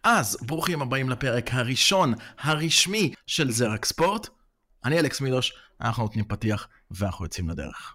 אז ברוכים הבאים לפרק הראשון, הרשמי של זרק ספורט. אני אלכס מילוש, אנחנו נותנים פתיח ואנחנו יוצאים לדרך.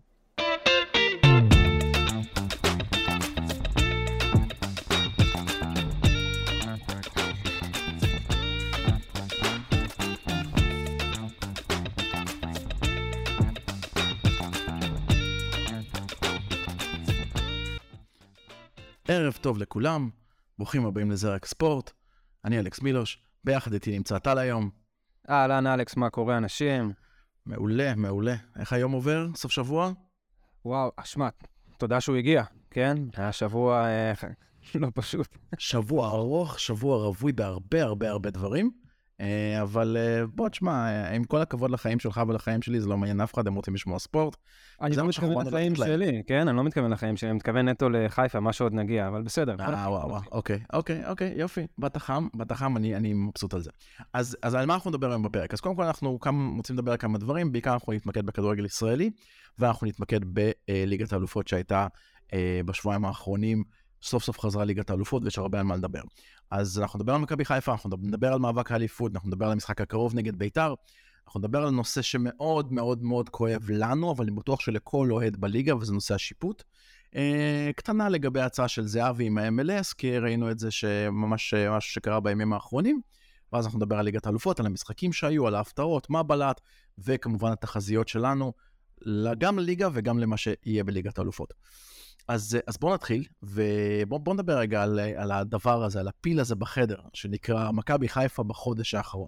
ערב טוב לכולם, ברוכים הבאים לזרק ספורט. אני אלכס מילוש, ביחד איתי נמצא טל היום. אהלן אלכס, מה קורה אנשים? מעולה, מעולה. איך היום עובר? סוף שבוע? וואו, אשמת, תודה שהוא הגיע, כן? היה שבוע לא פשוט. שבוע ארוך, שבוע רווי בהרבה הרבה הרבה דברים, אבל בוא תשמע, עם כל הכבוד לחיים שלך ולחיים שלי, זה לא מעניין אף אחד, הם רוצים לשמוע ספורט. אני לא מתכוון לחיים שלי, כן? אני לא מתכוון לחיים שלי, אני מתכוון נטו לחיפה, מה שעוד נגיע, אבל בסדר. וואו, אוקיי, יופי, בת החם, אני מבסוט על זה. אז על מה אנחנו נדבר היום בפרק? אז קודם כל אנחנו רוצים לדבר על כמה דברים, בעיקר אנחנו נתמקד בכדורגל ישראלי, ואנחנו נתמקד בליגת האלופות שהייתה בשבועיים האחרונים, סוף סוף חזרה ליגת האלופות, ויש הרבה על מה לדבר. אז אנחנו נדבר על מכבי חיפה, אנחנו נדבר על מאבק האליפות, אנחנו נדבר על המשחק הקרוב נגד בית"ר, אנחנו נדבר על נושא שמאוד מאוד מאוד כואב לנו, אבל אני בטוח שלכל אוהד בליגה, וזה נושא השיפוט. קטנה לגבי ההצעה של זהבי עם ה-MLS, כי ראינו את זה שממש משהו שקרה בימים האחרונים, ואז אנחנו נדבר על ליגת האלופות, על המשחקים שהיו, על ההפתעות, מה בלט, וכמובן התחזיות שלנו, גם לליגה וגם למה שיהיה בליגת האלופות. אז בואו נתחיל, ובואו נדבר רגע על הדבר הזה, על הפיל הזה בחדר, שנקרא מכבי חיפה בחודש האחרון.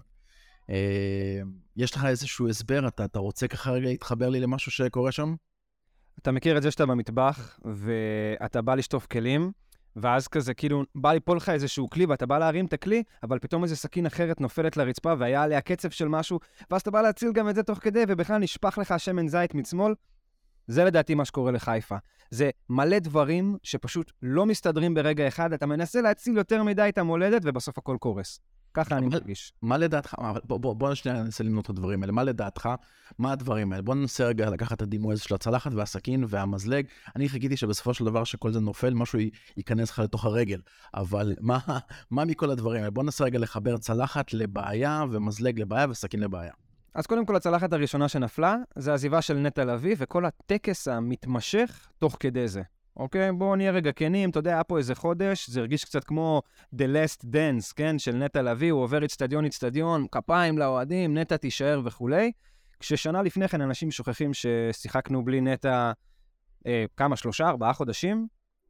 יש לך איזשהו הסבר, אתה רוצה ככה רגע להתחבר לי למשהו שקורה שם? אתה מכיר את זה שאתה במטבח, ואתה בא לשטוף כלים, ואז כזה כאילו בא ליפול לך איזשהו כלי, ואתה בא להרים את הכלי, אבל פתאום איזה סכין אחרת נופלת לרצפה, והיה עליה קצף של משהו, ואז אתה בא להציל גם את זה תוך כדי, ובכלל נשפך לך שמן זית מצמאל. זה לדעתי מה שקורה לחיפה. זה מלא דברים שפשוט לא מסתדרים ברגע אחד, אתה מנסה להציל יותר מדי את המולדת, ובסוף הכל קורס. ככה אני מרגיש. מה לדעתך? בוא נשנייה ננסה למנות את הדברים האלה. מה לדעתך? מה הדברים האלה? בוא ננסה רגע לקחת את הדימוי הזה של הצלחת והסכין והמזלג. אני חיכיתי שבסופו של דבר שכל זה נופל, משהו ייכנס לך לתוך הרגל. אבל מה מכל הדברים האלה? בוא ננסה רגע לחבר צלחת לבעיה, ומזלג לבעיה, וסכין לבעיה. אז קודם כל, הצלחת הראשונה שנפלה, זה העזיבה של נטע לביא, וכל הטקס המתמשך תוך כדי זה. אוקיי? בואו נהיה רגע כנים, אתה יודע, היה פה איזה חודש, זה הרגיש קצת כמו The Last Dance, כן? של נטע לביא, הוא עובר אצטדיון, כפיים לאוהדים, נטע תישאר וכולי. כששנה לפני כן אנשים שוכחים ששיחקנו בלי נטע 3-4 חודשים,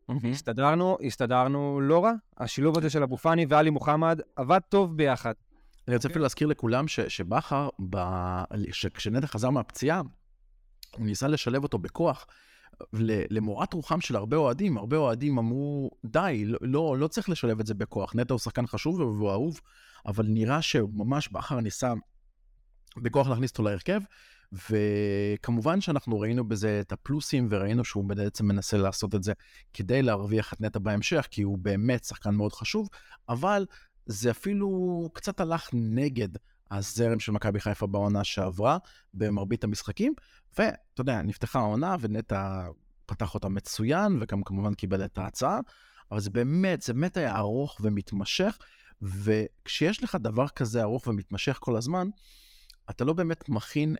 הסתדרנו לא רע. השילוב הזה של אבו פאני ואלי מוחמד עבד טוב ביחד. אני רוצה אפילו להזכיר לכולם שבחר, כשנטע חזר מהפציעה, הוא ניסה לשלב אותו בכוח, למורת רוחם של הרבה אוהדים אמרו, די, לא צריך לשלב את זה בכוח, נטע הוא שחקן חשוב והוא אהוב, אבל נראה שממש בחר ניסה בכוח להכניס אותו להרכב, וכמובן שאנחנו ראינו בזה את הפלוסים, וראינו שהוא בעצם מנסה לעשות את זה, כדי להרוויח את נטע בהמשך, כי הוא באמת שחקן מאוד חשוב, אבל זה אפילו קצת הלך נגד הזרם של מכבי חיפה בעונה שעברה, במרבית המשחקים, ואתה יודע, נפתחה העונה, ונטע פתח אותה מצוין, וגם כמובן קיבל את ההצעה, אבל זה באמת היה ארוך ומתמשך, וכשיש לך דבר כזה ארוך ומתמשך כל הזמן, אתה לא באמת מכין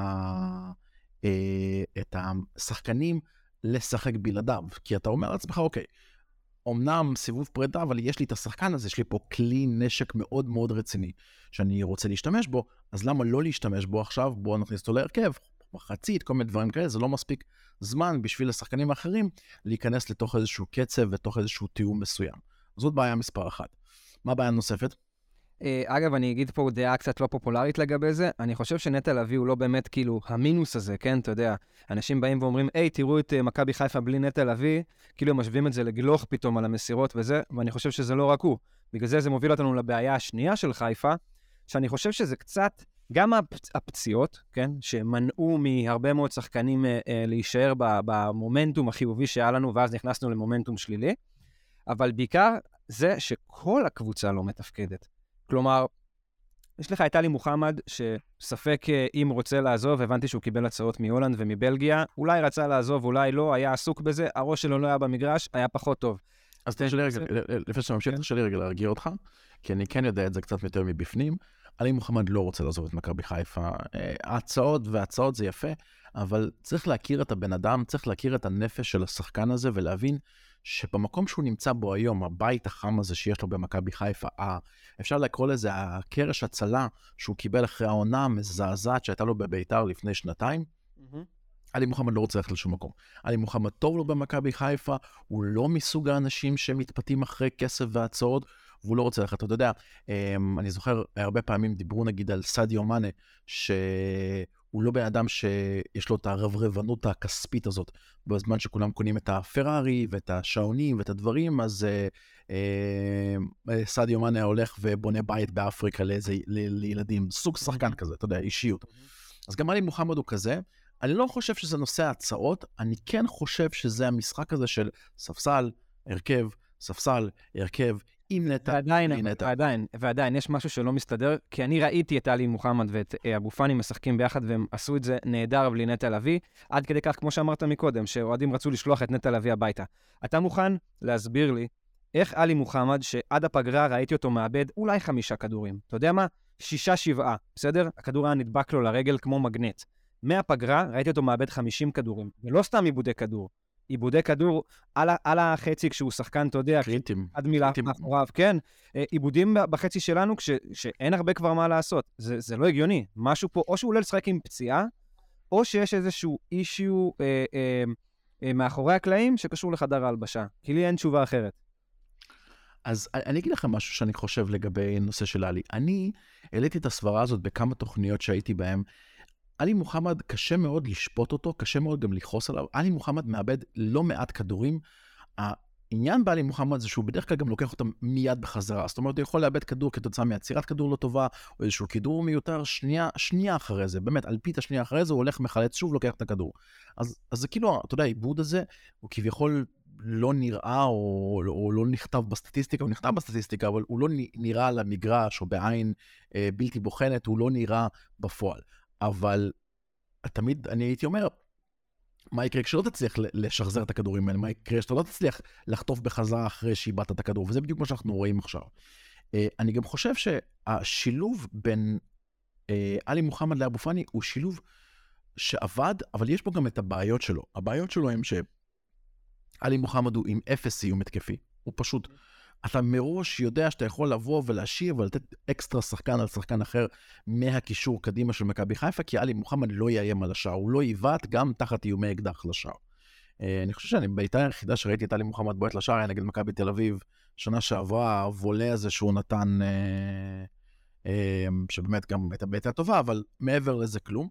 את השחקנים לשחק בלעדיו, כי אתה אומר לעצמך, אוקיי, אמנם סיבוב פרידה, אבל יש לי את השחקן הזה, יש לי פה כלי נשק מאוד מאוד רציני, שאני רוצה להשתמש בו, אז למה לא להשתמש בו עכשיו? בואו נכניס אותו להרכב, מחצית, כל מיני דברים כאלה, זה לא מספיק זמן בשביל השחקנים האחרים, להיכנס לתוך איזשהו קצב, ותוך איזשהו תיאום מסוים. זאת בעיה מספר אחת. מה הבעיה נוספת? אגב, אני אגיד פה דעה קצת לא פופולרית לגבי זה, אני חושב שנטע לביא הוא לא באמת כאילו המינוס הזה, כן, אתה יודע, אנשים באים ואומרים, תראו את מכבי חיפה בלי נטע לביא, כאילו הם משווים את זה לגלוך פתאום על המסירות וזה, ואני חושב שזה לא רק הוא. בגלל זה מוביל אותנו לבעיה השנייה של חיפה, שאני חושב שזה קצת, גם הפציעות, כן, שמנעו מהרבה מאוד שחקנים להישאר במומנטום החיובי שהיה לנו, ואז נכנסנו למומנטום שלילי, אבל בעיקר זה שכל הקבוצה לא מתפקדת. כלומר, יש לך את אלי מוחמד, שספק אם רוצה לעזוב, הבנתי שהוא קיבל הצעות מהולנד ומבלגיה, אולי רצה לעזוב, אולי לא, היה עסוק בזה, הראש שלו לא היה במגרש, היה פחות טוב. אז תרשה לי רגע, לפני שאתה ממשיך, תרשה לי רגע להרגיע אותך, כי אני כן יודע את זה קצת יותר מבפנים. עלי מוחמד לא רוצה לעזוב את מכבי חיפה. ההצעות זה יפה, אבל צריך להכיר את הבן אדם, צריך להכיר את הנפש של השחקן הזה, ולהבין שבמקום שהוא נמצא בו היום, הבית החם הזה שיש לו במכבי חיפה, אפשר לקרוא לזה הקרש הצלה שהוא קיבל אחרי העונה המזעזעת שהייתה לו בביתר לפני 2 עלי מוחמד לא רוצה ללכת לשום מקום. עלי מוחמד טוב לו במכבי חיפה, הוא לא מסוג האנשים שמתפתים אחרי כסף והצעות, והוא לא רוצה ללכת. אתה יודע, אני זוכר, הרבה פעמים דיברו נגיד על סדיו מאנה, שהוא לא בן אדם שיש לו את הרברבנות הכספית הזאת, בזמן שכולם קונים את הפרארי ואת השעונים ואת הדברים, אז סדיו מאנה הולך ובונה בית באפריקה לילדים, סוג שחקן כזה, אתה יודע, אישיות. אז גם עלי מוחמד הוא כזה. אני לא חושב שזה נושא ההצעות, אני כן חושב שזה המשחק הזה של ספסל, הרכב, ספסל, הרכב, עם נטע, ועדיין, יש משהו שלא מסתדר, כי אני ראיתי את עלי מוחמד ואת אבו פאני משחקים ביחד, והם עשו את זה נהדר בלי נטע לביא, עד כדי כך, כמו שאמרת מקודם, שאוהדים רצו לשלוח את נטע לביא הביתה. אתה מוכן להסביר לי איך עלי מוחמד, שעד הפגרה ראיתי אותו מאבד אולי 5 כדורים, אתה יודע מה? 6-7, בסדר? הכדור היה נדבק לו לרגל כמו מגנט. מהפגרה ראיתי אותו מאבד 50 כדורים, ולא סתם עיבודי כדור על החצי כשהוא שחקן, אתה יודע, קריטים. עד מילה מאחוריו, כן, עיבודים בחצי שלנו כשאין הרבה כבר מה לעשות, זה לא הגיוני, משהו פה, או שהוא עולה לשחק עם פציעה, או שיש איזשהו אישיו מאחורי הקלעים שקשור לחדר ההלבשה, כי לי אין תשובה אחרת. אז אני אגיד לכם משהו שאני חושב לגבי נושא של עלי. אני העליתי את הסברה הזאת בכמה תוכניות שהייתי בהן. עלי מוחמד, קשה מאוד לשפוט אותו, קשה מאוד גם לכעוס עליו. עלי מוחמד מאבד לא מעט כדורים. העניין בעלי מוחמד זה שהוא בדרך כלל גם לוקח אותם מיד בחזרה. זאת אומרת, הוא יכול לאבד כדור כתוצאה מעצירת כדור לא טובה, או איזשהו כדור מיותר, שנייה אחרי זה. באמת, על פית השנייה אחרי זה, הוא הולך מחלץ שוב, לוקח את הכדור. אז זה כאילו, אתה יודע, העיבוד הזה, הוא כביכול לא נראה, או לא נכתב בסטטיסטיקה, הוא נכתב בסטטיסטיקה, אבל הוא לא נראה על המגרש, או בעין בלתי בוחנת, הוא לא נראה בפועל. אבל תמיד אני הייתי אומר, מה יקרה כשלא תצליח לשחזר את הכדורים האלה? מה יקרה כשאתה לא תצליח לחטוף בחזרה אחרי שאיבדת את הכדור? וזה בדיוק מה שאנחנו רואים עכשיו. אני גם חושב שהשילוב בין עלי מוחמד לאבו פאני הוא שילוב שעבד, אבל יש פה גם את הבעיות שלו. הבעיות שלו הם שעלי מוחמד הוא עם 0 סיום התקפי. הוא פשוט, אתה מראש יודע שאתה יכול לבוא ולהשאיר ולתת אקסטרה שחקן על שחקן אחר מהקישור קדימה של מכבי חיפה, כי עלי מוחמד לא יאיים על השער, הוא לא ייבט גם תחת איומי אקדח לשער. אני חושב שאני בעיטה היחידה שראיתי את עלי מוחמד בועט לשער היה נגד מכבי תל אביב, שנה שעברה, הוולה הזה שהוא נתן, שבאמת גם הייתה בעיטה טובה, אבל מעבר לזה כלום.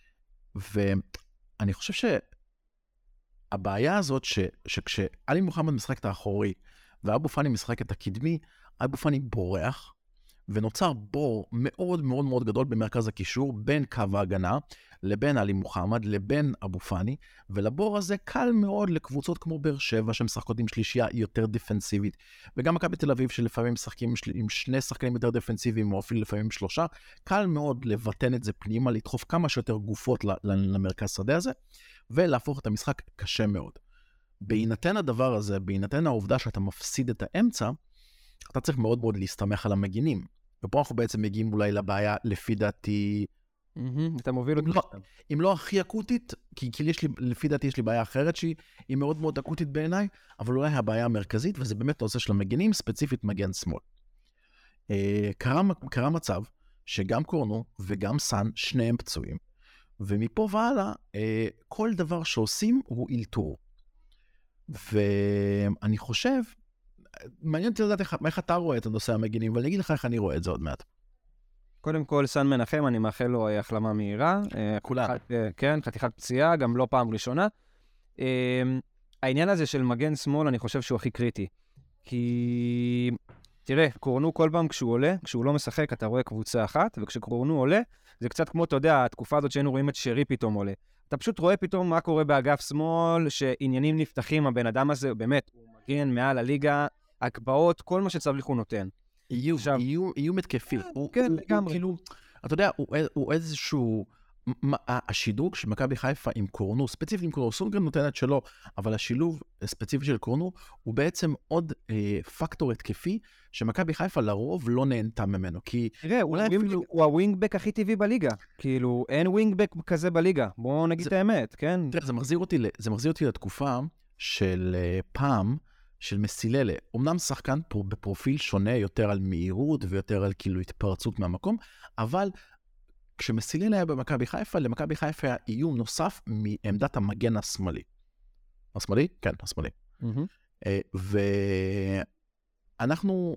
ואני חושב שהבעיה הזאת שכשעלי מוחמד משחק את האחורי, ואבו פאני משחק את הקדמי, אבו פאני בורח, ונוצר בור מאוד מאוד מאוד גדול במרכז הקישור, בין קו ההגנה, לבין עלי מוחמד, לבין אבו פאני, ולבור הזה קל מאוד לקבוצות כמו באר שבע, שמשחקות עם שלישייה יותר דפנסיבית, וגם מכבי תל אביב שלפעמים משחקים עם 2 שחקנים יותר דפנסיביים, או אפילו לפעמים 3, קל מאוד לבטן את זה פנימה, לדחוף כמה שיותר גופות למרכז שדה הזה, ולהפוך את המשחק קשה מאוד. בהינתן הדבר הזה, בהינתן העובדה שאתה מפסיד את האמצע, אתה צריך מאוד מאוד להסתמך על המגינים. ופה אנחנו בעצם מגיעים אולי לבעיה, לפי דעתי, אתה מוביל אותי. אם לא הכי אקוטית, כי לפי דעתי יש לי בעיה אחרת שהיא מאוד מאוד אקוטית בעיניי, אבל אולי הבעיה המרכזית, וזה באמת נושא של המגינים, ספציפית מגן שמאל. קרה מצב שגם קורנו וגם סן, שניהם פצועים, ומפה והלאה, כל דבר שעושים הוא אילתור. ואני חושב, מעניין אותי לדעת איך אתה רואה את הנושא המגינים, אבל אני אגיד לך איך אני רואה את זה עוד מעט. קודם כל, סן מנחם, אני מאחל לו החלמה מהירה. כולנו. כן, חתיכת פציעה, גם לא פעם ראשונה. העניין הזה של מגן שמאל, אני חושב שהוא הכי קריטי. כי, תראה, קורנו כל פעם כשהוא עולה, כשהוא לא משחק, אתה רואה קבוצה אחת, וכשקורנו עולה, זה קצת כמו, אתה יודע, התקופה הזאת שהיינו רואים את שרי פתאום עולה. אתה פשוט רואה פתאום מה קורה באגף שמאל, שעניינים נפתחים, הבן אדם הזה, באמת, הוא מגן מעל הליגה, הקבעות, כל מה שצריך הוא נותן. איום התקפי. כן, לגמרי. כאילו, אתה יודע, הוא איזשהו השדרוג של מכבי חיפה עם קורנו, ספציפית עם קורנו, סונגרן נותנת שלו, אבל השילוב ספציפי של קורנו הוא בעצם עוד פקטור התקפי שמכבי חיפה לרוב לא נהנתה ממנו, כי תראה, הוא הווינגבק הכי טבעי בליגה, כאילו אין ווינגבק כזה בליגה, בואו נגיד את האמת, כן? תראה, זה מחזיר אותי לתקופה של פעם, של מסיללה, אמנם שחקן פה בפרופיל שונה יותר על מהירות ויותר על כאילו התפרצות מהמקום, אבל כשמסיללה היה במכבי חיפה, למכבי חיפה היה איום נוסף מעמדת המגן השמאלי. השמאלי? כן, השמאלי. ואנחנו,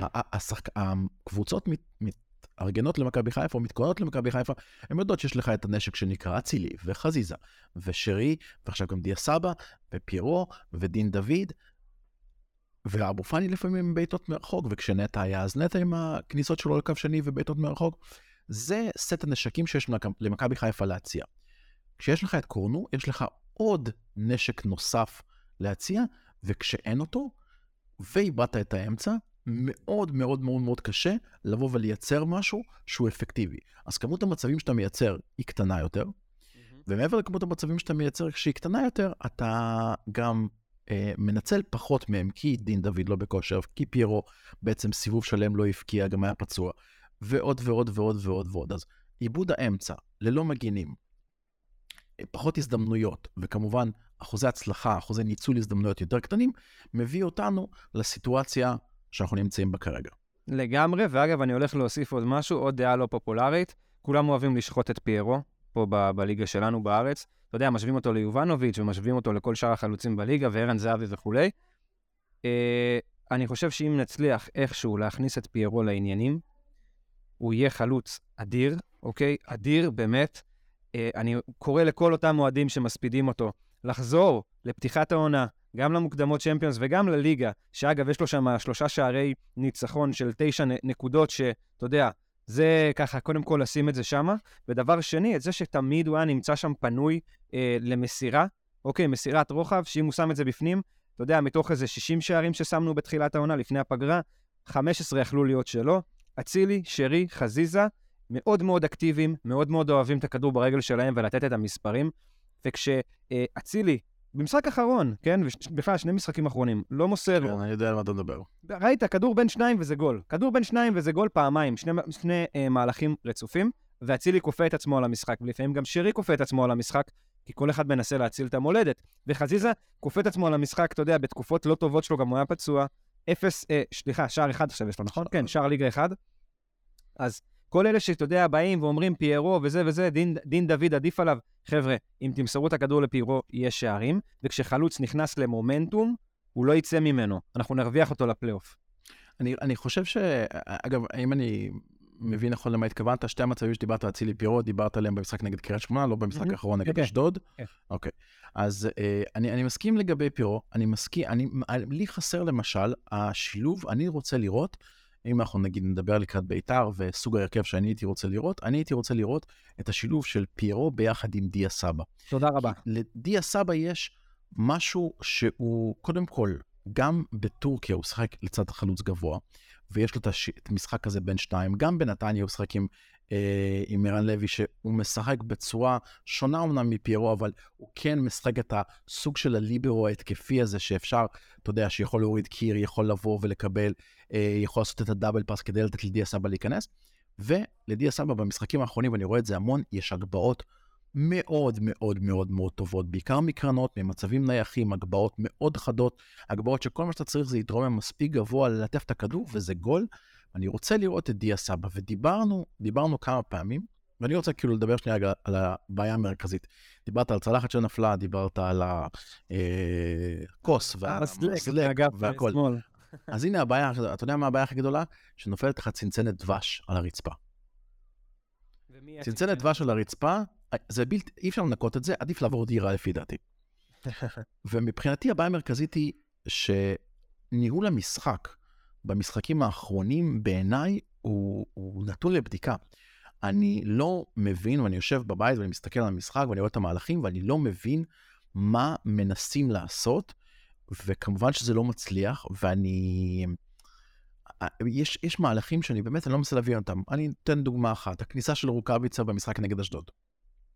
הקבוצות מתארגנות למכבי חיפה, או מתכוננות למכבי חיפה, הן יודעות שיש לך את הנשק שנקרא אצילי, וחזיזה, ושרי, ועכשיו גם דיה סבא, ופיירו, ודין דוד, ואבו פאני לפעמים בעיטות מרחוק, וכשנטע היה אז נטע עם הכניסות שלו לקו שני ובעיטות מרחוק, זה סט הנשקים שיש למכבי חיפה להציע. כשיש לך את קורנו, יש לך עוד נשק נוסף להציע, וכשאין אותו, ואיבדת את האמצע, מאוד מאוד מאוד מאוד קשה לבוא ולייצר משהו שהוא אפקטיבי. אז כמות המצבים שאתה מייצר היא קטנה יותר, ומעבר לכמות המצבים שאתה מייצר כשהיא קטנה יותר, אתה גם מנצל פחות מהם, כי דין דוד לא בכושר, כי פיירו בעצם סיבוב שלם לא הפקיע, גם היה פצוע, ועוד ועוד ועוד ועוד ועוד. אז עיבוד האמצע, ללא מגינים, פחות הזדמנויות, וכמובן אחוזי הצלחה, אחוזי ניצול הזדמנויות יותר קטנים, מביא אותנו לסיטואציה שאנחנו נמצאים בה כרגע. לגמרי, ואגב אני הולך להוסיף עוד משהו, עוד דעה לא פופולרית, כולם אוהבים לשחוט את פיירו, פה בליגה שלנו בארץ, אתה יודע, משווים אותו ליובנוביץ' ומשווים אותו לכל שאר החלוצים בליגה, וערן זהבי וכולי. אני חושב שאם נצליח איכשהו להכניס את פיירו לעניינים, הוא יהיה חלוץ אדיר, אוקיי? אדיר באמת. אני קורא לכל אותם מועדים שמספידים אותו, לחזור לפתיחת העונה, גם למוקדמות צ'מפיונס וגם לליגה, שאגב יש לו שם 3 שערי ניצחון של 9 נקודות, שאתה יודע, זה ככה, קודם כל לשים את זה שם. ודבר שני, את זה שתמיד הוא היה נמצא שם פנוי למסירה, אוקיי, מסירת רוחב, שאם הוא שם את זה בפנים, אתה יודע, מתוך איזה 60 שערים ששמנו בתחילת העונה, לפני הפגרה, 15 יכלו להיות שלו, אצילי, שרי, חזיזה, מאוד מאוד אקטיביים, מאוד מאוד אוהבים את הכדור ברגל שלהם ולתת את המספרים, וכשאצילי, במשחק אחרון, כן, ובכלל 2 משחקים אחרונים, לא מוסר. כן, אני יודע על מה אתה מדבר. ראית, כדור בין 2 וזה גול. כדור בין 2 וזה גול פעמיים, שני מהלכים רצופים, ואצילי כופה את עצמו על המשחק, ולפעמים גם שרי כופה את עצמו על המשחק, כי כל אחד מנסה להציל את המולדת. וחזיזה כופה את עצמו על המשחק, אתה יודע, בתקופות לא טובות שלו, גם הוא היה פצוע, שער 1 עכשיו יש לו, נכון? כן, שער ליגה 1. אז כל אלה שאתה יודע, באים ואומרים פיירו וזה וזה, דין דוד עדיף עליו. חבר'ה, אם תמסרו את הכדור לפיירו, יהיה שערים, וכשחלוץ נכנס למומנטום, הוא לא יצא ממנו. אנחנו נרוויח אותו לפלייאוף. אני חושב אגב, אם אני מבין נכון למה התכוונת, 2 המצבים שדיברת על אצילי פיירו, דיברת עליהם במשחק נגד קריית שמונה, לא במשחק האחרון נגד אשדוד. אוקיי. אז אני מסכים לגבי פיירו, לי חסר למשל, השילוב, אני רוצה לראות, אם אנחנו נגיד נדבר לקראת ביתר וסוג ההרכב שאני הייתי רוצה לראות, אני הייתי רוצה לראות את השילוב של פיירו ביחד עם דיה סבא. תודה רבה. לדיה סבא יש משהו שהוא, קודם כל, גם בטורקיה הוא שחק לצד חלוץ גבוה, ויש לו את המשחק הזה בין 2, גם בנתניה הוא שחק עם ערן לוי, שהוא משחק בצורה שונה אומנם מפיירו, אבל הוא כן משחק את הסוג של הליברו ההתקפי הזה, שאפשר, אתה יודע, שיכול להוריד קיר, יכול לבוא ולקבל, יכול לעשות את הדאבל פאס כדי לתת לדיה סבא להיכנס, ולדיה סבא במשחקים האחרונים, ואני רואה את זה המון, יש הגבעות מאוד מאוד מאוד מאוד טובות, בעיקר מקרנות, ממצבים נייחים, הגבעות מאוד חדות, הגבעות שכל מה שאתה צריך זה יתרומם מספיק גבוה ללטף את הכדור, וזה גול. אני רוצה לראות את דיה סבא, ודיברנו כמה פעמים, ואני רוצה כאילו לדבר שנייה על הבעיה המרכזית. דיברת על צלחת שנפלה, דיברת על הכוס והסלק והכל. אז הנה הבעיה, אתה יודע מה הבעיה הכי גדולה? שנופלת לך צנצנת דבש על הרצפה. צנצנת דבש על הרצפה, אי אפשר לנקות את זה, עדיף לעבור דירה לפי דעתי. ומבחינתי הבעיה המרכזית היא שניהול המשחק, במשחקים האחרונים בעיניי הוא נתון לבדיקה. אני לא מבין, ואני יושב בבית ואני מסתכל על המשחק ואני רואה את המהלכים, ואני לא מבין מה מנסים לעשות, וכמובן שזה לא מצליח, יש מהלכים שאני באמת לא מנסה להבין אותם. אני אתן דוגמה אחת, הכניסה של רוקאביצה במשחק נגד אשדוד.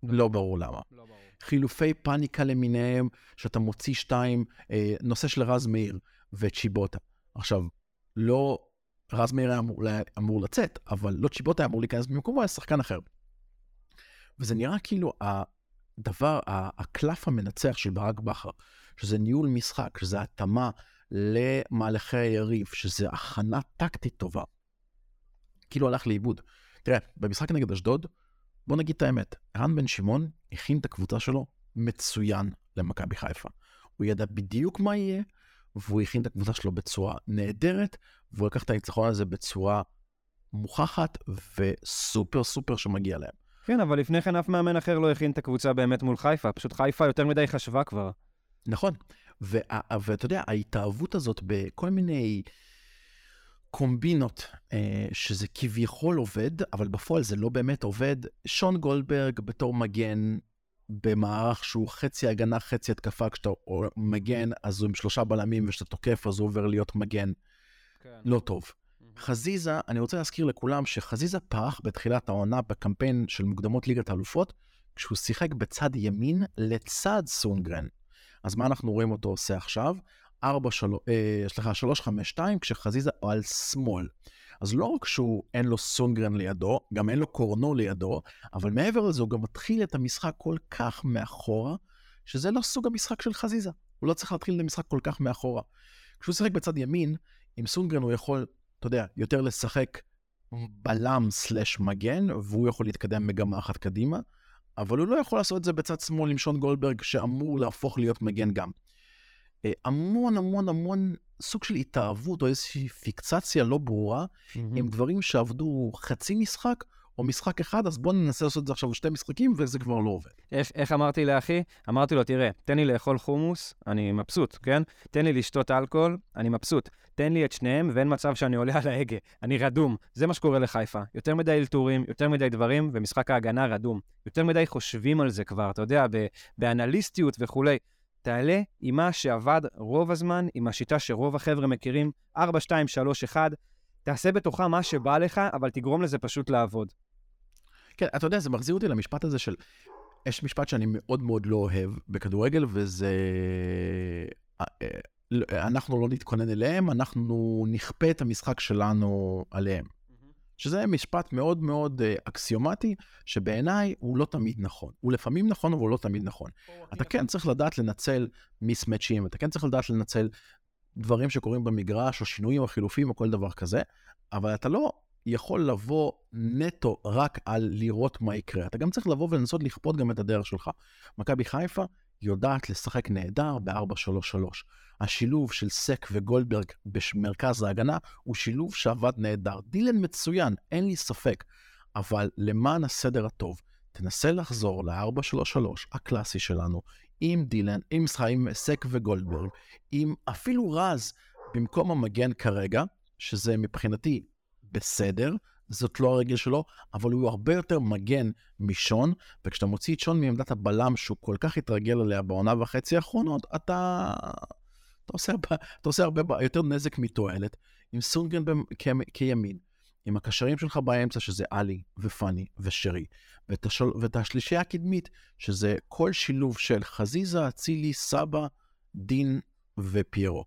לא ברור למה. לא ברור. חילופי פאניקה למיניהם, שאתה מוציא 2, נושא של רז מאיר וצ'יבוטה. עכשיו, לא, רז מאיר היה אמור לצאת, אבל לא צ'יבוטה היה אמור להיכנס במקומו, היה שחקן אחר. וזה נראה כאילו הדבר, הקלף המנצח של ברק בכר, שזה ניהול משחק, שזה התאמה למהלכי היריב, שזה הכנה טקטית טובה. כאילו הלך לאיבוד. תראה, במשחק נגד אשדוד, בוא נגיד את האמת, ערן בן שמעון הכין את הקבוצה שלו מצוין למכבי חיפה. הוא ידע בדיוק מה יהיה, והוא הכין את הקבוצה שלו בצורה נהדרת, והוא לקח את הניצחון הזה בצורה מוכחת וסופר סופר שמגיע להם. כן, אבל לפני כן אף מאמן אחר לא הכין את הקבוצה באמת מול חיפה, פשוט חיפה יותר מדי חשבה כבר. נכון, ואתה יודע, ההתאהבות הזאת בכל מיני קומבינות, שזה כביכול עובד, אבל בפועל זה לא באמת עובד. שון גולדברג בתור מגן, במערך שהוא חצי הגנה, חצי התקפה, כשאתה מגן, אז הוא עם 3 בלמים, וכשאתה תוקף, אז הוא עובר להיות מגן. כן. לא טוב. חזיזה, אני רוצה להזכיר לכולם שחזיזה פרח בתחילת העונה בקמפיין של מוקדמות ליגת האלופות, כשהוא שיחק בצד ימין לצד סונגרן. אז מה אנחנו רואים אותו עושה עכשיו? 3-5-2, כשחזיזה הוא על שמאל. אז לא רק שהוא אין לו סונגרן לידו, גם אין לו קורנו לידו, אבל מעבר לזה הוא גם מתחיל את המשחק כל כך מאחורה, שזה לא סוג המשחק של חזיזה. הוא לא צריך להתחיל את המשחק כל כך מאחורה. כשהוא שיחק בצד ימין, עם סונגרן הוא יכול, אתה יודע, יותר לשחק בלם סלש מגן, והוא יכול להתקדם מגמה אחת קדימה, אבל הוא לא יכול לעשות את זה בצד שמאל עם שון גולדברג, שאמור להפוך להיות מגן גם. המון המון המון סוג של התאהבות או איזושהי פיקצציה לא ברורה, עם דברים שעבדו חצי משחק או משחק אחד, אז בוא ננסה לעשות את זה עכשיו 2 משחקים, וזה כבר לא עובד. איך אמרתי לאחי? אמרתי לו, תראה, תן לי לאכול חומוס, אני מבסוט, כן? תן לי לשתות אלכוהול, אני מבסוט. תן לי את שניהם, ואין מצב שאני עולה על ההגה. אני רדום. זה מה שקורה לחיפה. יותר מדי אלתורים, יותר מדי דברים, ומשחק ההגנה רדום. יותר מדי חושבים על זה כבר, אתה יודע, באנליסטיות וכולי. תעלה עם מה שעבד רוב הזמן, עם השיטה שרוב החבר'ה מכירים, 4, 2, 3, 1, תעשה בתוכה מה שבא לך, אבל תגרום לזה פשוט לעבוד. כן, אתה יודע, זה מחזיר אותי למשפט הזה של, יש משפט שאני מאוד מאוד לא אוהב בכדורגל, וזה, אנחנו לא נתכונן אליהם, אנחנו נכפה את המשחק שלנו עליהם. שזה משפט מאוד מאוד אקסיומטי, שבעיניי הוא לא תמיד נכון. הוא לפעמים נכון, אבל הוא לא תמיד נכון. אתה כן צריך לדעת לנצל מיסמצ'ים, אתה כן צריך לדעת לנצל דברים שקורים במגרש, או שינויים או חילופים, או כל דבר כזה, אבל אתה לא יכול לבוא נטו רק על לראות מה יקרה. אתה גם צריך לבוא ולנסות לכפות גם את הדרך שלך. מכבי חיפה יודעת לשחק נהדר ב-4-3-3. השילוב של סק וגולדברג במרכז ההגנה הוא שילוב שעבד נהדר. דילן מצוין, אין לי ספק, אבל למען הסדר הטוב, תנסה לחזור ל-4-3-3 הקלאסי שלנו, עם דילן, עם סק וגולדברג, עם אפילו רז במקום המגן כרגע, שזה מבחינתי בסדר, זאת לא הרגל שלו, אבל הוא הרבה יותר מגן משון, וכשאתה מוציא את שון מעמדת הבלם שהוא כל כך התרגל עליה בעונה וחצי האחרונות, אתה עושה הרבה יותר נזק מתועלת, עם סונגרן כימין, עם הקשרים שלך באמצע, שזה אלי ופני ושרי, ואת השלישייה הקדמית, שזה כל שילוב של חזיזה, צילי, סבא, דין ופיירו.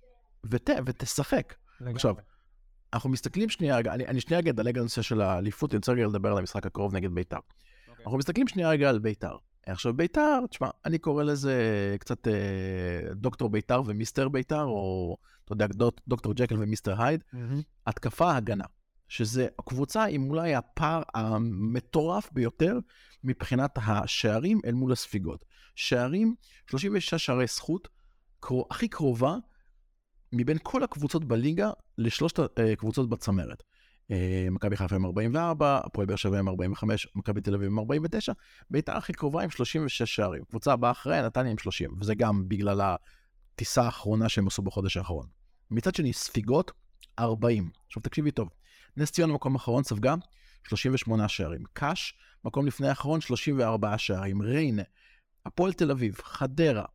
ותשחק. עכשיו, אנחנו מסתכלים שנייה רגע, אני שנייה רגע דלג על הנושא של האליפות, אני רוצה רגע לדבר על המשחק הקרוב נגד ביתר. אנחנו מסתכלים שנייה רגע על ביתר. עכשיו ביתר, תשמע, אני קורא לזה קצת דוקטור ביתר ומיסטר ביתר, או אתה יודע, דוקטור ג'קל ומיסטר הייד, התקפה הגנה, שזה הקבוצה עם אולי הפער המטורף ביותר מבחינת השערים אל מול הספיגות. שערים, 36 שערי זכות, הכי קרובה, מבין כל הקבוצות בליגה לשלושת הקבוצות בצמרת. מכבי חיפה עם 44, הפועל באר שבע עם 45, מכבי תל אביב עם 49, ביתר הכי קרובה עם 36 שערים. קבוצה הבאה אחרי נתניה עם 30, וזה גם בגלל הטיסה האחרונה שהם עשו בחודש האחרון. מצד שני, ספיגות 40. עכשיו תקשיבי טוב. נס ציונה מקום אחרון ספגה 38 שערים. קאש, מקום לפני האחרון 34 שערים. ריינה, הפועל תל אביב, חדרה.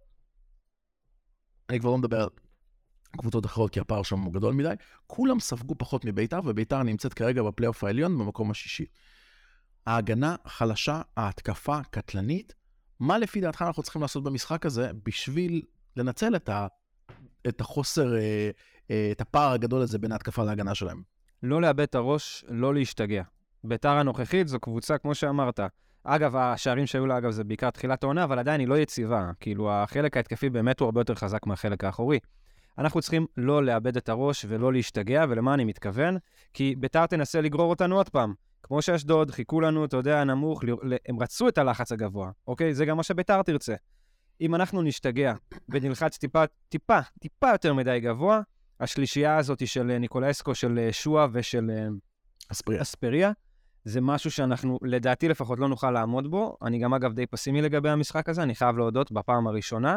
אני כבר לא מדבר על קבוצות אחרות, כי הפער שם הוא גדול מדי, כולם ספגו פחות מביתר, וביתר נמצאת כרגע בפלייאוף העליון במקום השישי. ההגנה חלשה, ההתקפה קטלנית. מה לפי דעתך אנחנו צריכים לעשות במשחק הזה בשביל לנצל את החוסר, את הפער הגדול הזה בין ההתקפה להגנה שלהם? לא לאבד את הראש, לא להשתגע. ביתר הנוכחית זו קבוצה, כמו שאמרת. אגב, השערים שהיו לה, אגב, זה בעיקר תחילת העונה, אבל עדיין היא לא יציבה. כאילו, החלק ההתקפי באמת הוא הרבה יותר חזק מהחלק האחורי. אנחנו צריכים לא לאבד את הראש ולא להשתגע, ולמה אני מתכוון? כי ביתר תנסה לגרור אותנו עוד פעם. כמו שאשדוד, חיכו לנו, אתה יודע, נמוך, הם רצו את הלחץ הגבוה, אוקיי? זה גם מה שביתר תרצה. אם אנחנו נשתגע ונלחץ טיפה יותר מדי גבוה, השלישייה הזאת של ניקולסקו, של שואה ושל אספריה, זה משהו שאנחנו, לדעתי לפחות, לא נוכל לעמוד בו. אני גם, אגב, די פסימי לגבי המשחק הזה, אני חייב להודות בפעם הראשונה.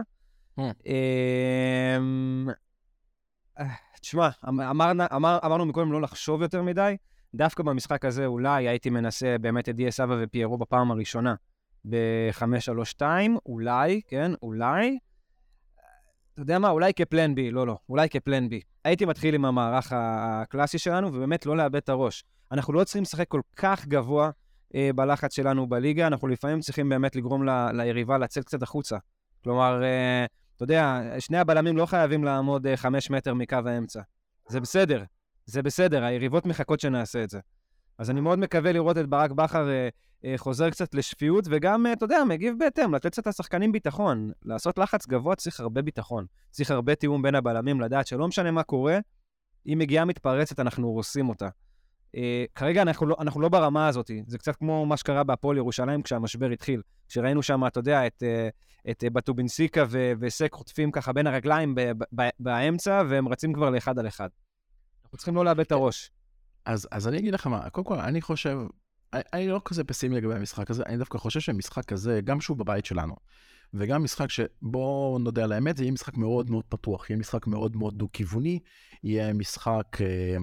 תשמע, אמרנו מקודם לא לחשוב יותר מדי, דווקא במשחק הזה אולי הייתי מנסה באמת את דיה סבא ופיירו בפעם הראשונה, ב-5-3-2, אולי, כן, אולי. אתה יודע מה, אולי כפלן בי, לא, אולי כפלן בי. הייתי מתחיל עם המערך הקלאסי שלנו, ובאמת לא לאבד את הראש. אנחנו לא צריכים לשחק כל כך גבוה בלחץ שלנו בליגה, אנחנו לפעמים צריכים באמת לגרום ליריבה לצאת קצת החוצה. כלומר, אתה יודע, שני הבלמים לא חייבים לעמוד 5 מטר מקו האמצע. זה בסדר, היריבות מחכות שנעשה את זה. אז אני מאוד מקווה לראות את ברק בכר חוזר קצת לשפיות, וגם, אתה יודע, מגיב בהתאם, לתת קצת לשחקנים ביטחון. לעשות לחץ גבוה צריך הרבה ביטחון. צריך הרבה תיאום בין הבלמים, לדעת שלא משנה מה קורה, אם מגיעה מתפרצת, אנחנו הורסים אותה. כרגע אנחנו לא ברמה הזאת. זה קצת כמו מה שקרה בהפועל ירושלים כשהמשבר התחיל. כשראינו שם, אתה יודע, את בטובינסיקה וסק חוטפים ככה בין הרגליים באמצע, והם רצים כבר לאחד על אחד. אנחנו צריכים לא לאבד את הראש. אז אני אגיד לך מה, קודם כל, אני חושב, אני לא כזה פסימי לגבי המשחק הזה, אני דווקא חושב שמשחק הזה, גם שהוא בבית שלנו, וגם משחק שבו נודע על האמת, זה יהיה משחק מאוד מאוד פתוח, יהיה משחק מאוד מאוד דו-כיווני, יהיה משחק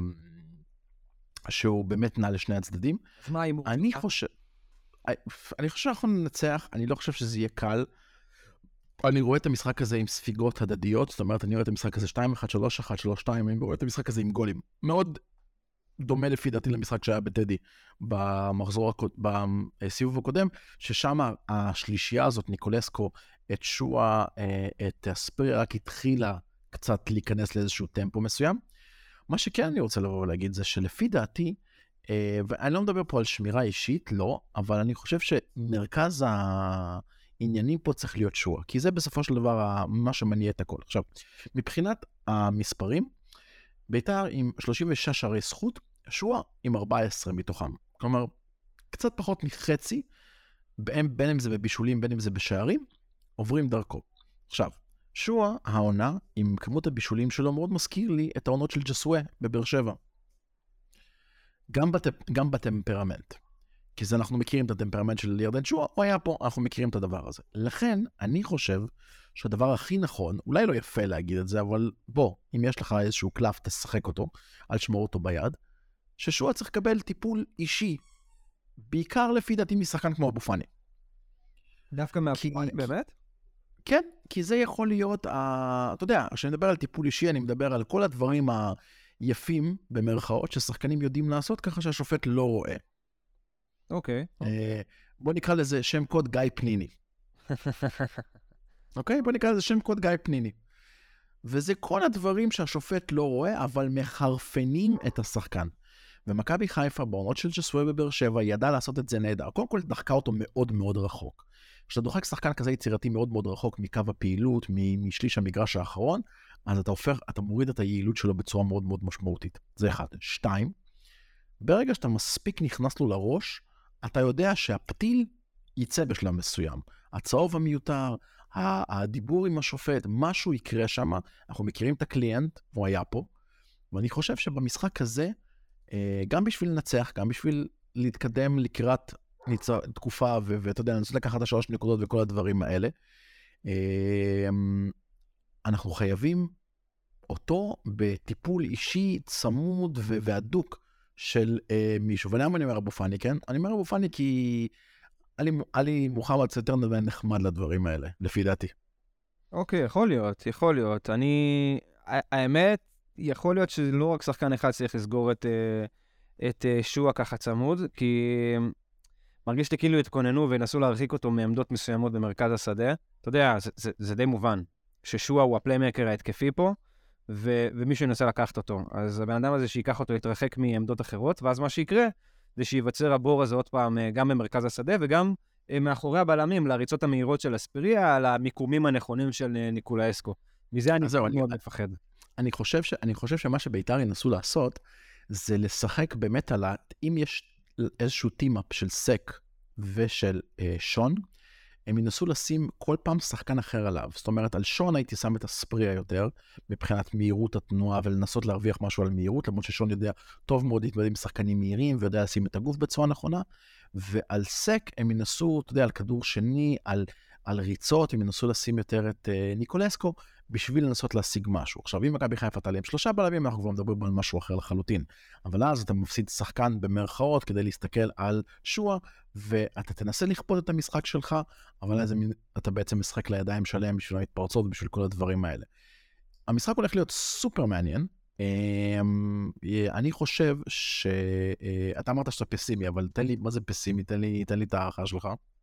שהוא באמת נע לשני הצדדים. אז מה האימור? אני חושב שאנחנו ננצח, אני לא חושב שזה יהיה קל. אני רואה את המשחק הזה עם ספיגות הדדיות, זאת אומרת, אני רואה את המשחק הזה 2-1, 3-1, 3-2, אני רואה את המשחק הזה עם גולים. מאוד דומה לפי דעתי למשחק שהיה בטדי בסיבוב הקודם, ששם השלישייה הזאת, ניקולסקו, את שואה, את אספריה, רק התחילה קצת להיכנס לאיזשהו טמפו מסוים. מה שכן אני רוצה לבוא ולהגיד זה שלפי דעתי, ואני לא מדבר פה על שמירה אישית, לא, אבל אני חושב שמרכז העניינים פה צריך להיות שואה, כי זה בסופו של דבר מה שמניע את הכל. עכשיו, מבחינת המספרים, ביתר עם 36 שערי זכות, שואה עם 14 מתוכם. כלומר, קצת פחות מחצי, בין אם זה בבישולים, בין אם זה בשערים, עוברים דרכו. עכשיו, שואה, העונה, עם כמות הבישולים שלו, מאוד מזכיר לי את העונות של ג'סווה בבאר שבע. גם בטמפרמנט. כי זה אנחנו מכירים את הטמפרמנט של ירדן שואה, הוא היה פה, אנחנו מכירים את הדבר הזה. לכן, אני חושב שהדבר הכי נכון, אולי לא יפה להגיד את זה, אבל בוא, אם יש לך איזשהו קלף, תשחק אותו, אל תשמור אותו ביד, ששואה צריך לקבל טיפול אישי, בעיקר לפי דעתי משחקן כמו אבו פאני. דווקא מהפאני, באמת? כן, כי זה יכול להיות, אתה יודע, כשאני מדבר על טיפול אישי, אני מדבר על כל הדברים היפים, במרכאות, ששחקנים יודעים לעשות, ככה שהשופט לא רואה. אוקיי. בוא נקרא לזה שם קוד גיא פניני. אוקיי? בוא נקרא לזה שם קוד גיא פניני. וזה כל הדברים שהשופט לא רואה, אבל מחרפנים את השחקן. ומכבי חיפה, בעונות של ג'סווה בבאר שבע, ידע לעשות את זה נהדר. קודם כל, דחקה אותו מאוד מאוד רחוק. כשאתה דוחק שחקן כזה יצירתי מאוד מאוד רחוק מקו הפעילות, משליש המגרש האחרון, אז אתה מוריד את היעילות שלו בצורה מאוד מאוד משמעותית. זה אחד. 2, ברגע שאתה מספיק נכנס לו לראש, אתה יודע שהפתיל יצא בשלב מסוים. הצהוב המיותר, הדיבור עם השופט, משהו יקרה שם, אנחנו מכירים את הקליינט, הוא היה פה, ואני חושב שבמשחק הזה, גם בשביל לנצח, גם בשביל להתקדם לקראת תקופה, ואתה יודע, אני רוצה לקחת את 3 נקודות וכל הדברים האלה, אנחנו חייבים אותו בטיפול אישי צמוד והדוק של מישהו. ולמה אני אומר אבו פאני, כן? אני אומר אבו פאני כי עלי מוחמד יותר נחמד לדברים האלה, לפי דעתי. אוקיי, יכול להיות. האמת, יכול להיות שלא רק שחקן אחד צריך לסגור את שואה ככה צמוד, כי מרגיש לי כאילו התכוננו ונסו להרחיק אותו מעמדות מסוימות במרכז השדה. אתה יודע, זה די מובן, ששועה הוא הפליימקר ההתקפי פה, ומישהו ינסה לקחת אותו. אז הבן אדם הזה שיקח אותו להתרחק מעמדות אחרות, ואז מה שיקרה זה שיווצר הבור הזה עוד פעם גם במרכז השדה, וגם מאחורי הבלמים, להריצות המהירות של אספריה, על המיקומים הנכונים של ניקולאסקו. מזה אני מאוד מפחד. אני חושב שמה שבית"ר ינסו לעשות, זה לשחק באמת על אם יש איזשהו טים-אפ של סק ושל שון, הם ינסו לשים כל פעם שחקן אחר עליו. זאת אומרת, על שון הייתי שם את אספריה יותר, מבחינת מהירות התנועה, ולנסות להרוויח משהו על מהירות, למרות ששון יודע טוב מאוד להתמודד עם שחקנים מהירים, ויודע לשים את הגוף בצורה נכונה, ועל סק הם ינסו, אתה יודע, על כדור שני, על ריצות, הם ינסו לשים יותר את ניקולסקו, בשביל לנסות להשיג משהו. עכשיו, אם מכבי חיפה תעלה עם 3 בלמים, אנחנו כבר מדברים על משהו אחר לחלוטין. אבל אז אתה מפסיד שחקן במרכאות כדי להסתכל על שועה, ואתה תנסה לכפות את המשחק שלך, אבל אז אתה בעצם משחק לידיים שלהם בשביל ההתפרצות ובשביל כל הדברים האלה. המשחק הולך להיות סופר מעניין. אני חושב אתה אמרת שאתה פסימי, אבל תן לי, מה זה פסימי? תן לי את הערכה שלך.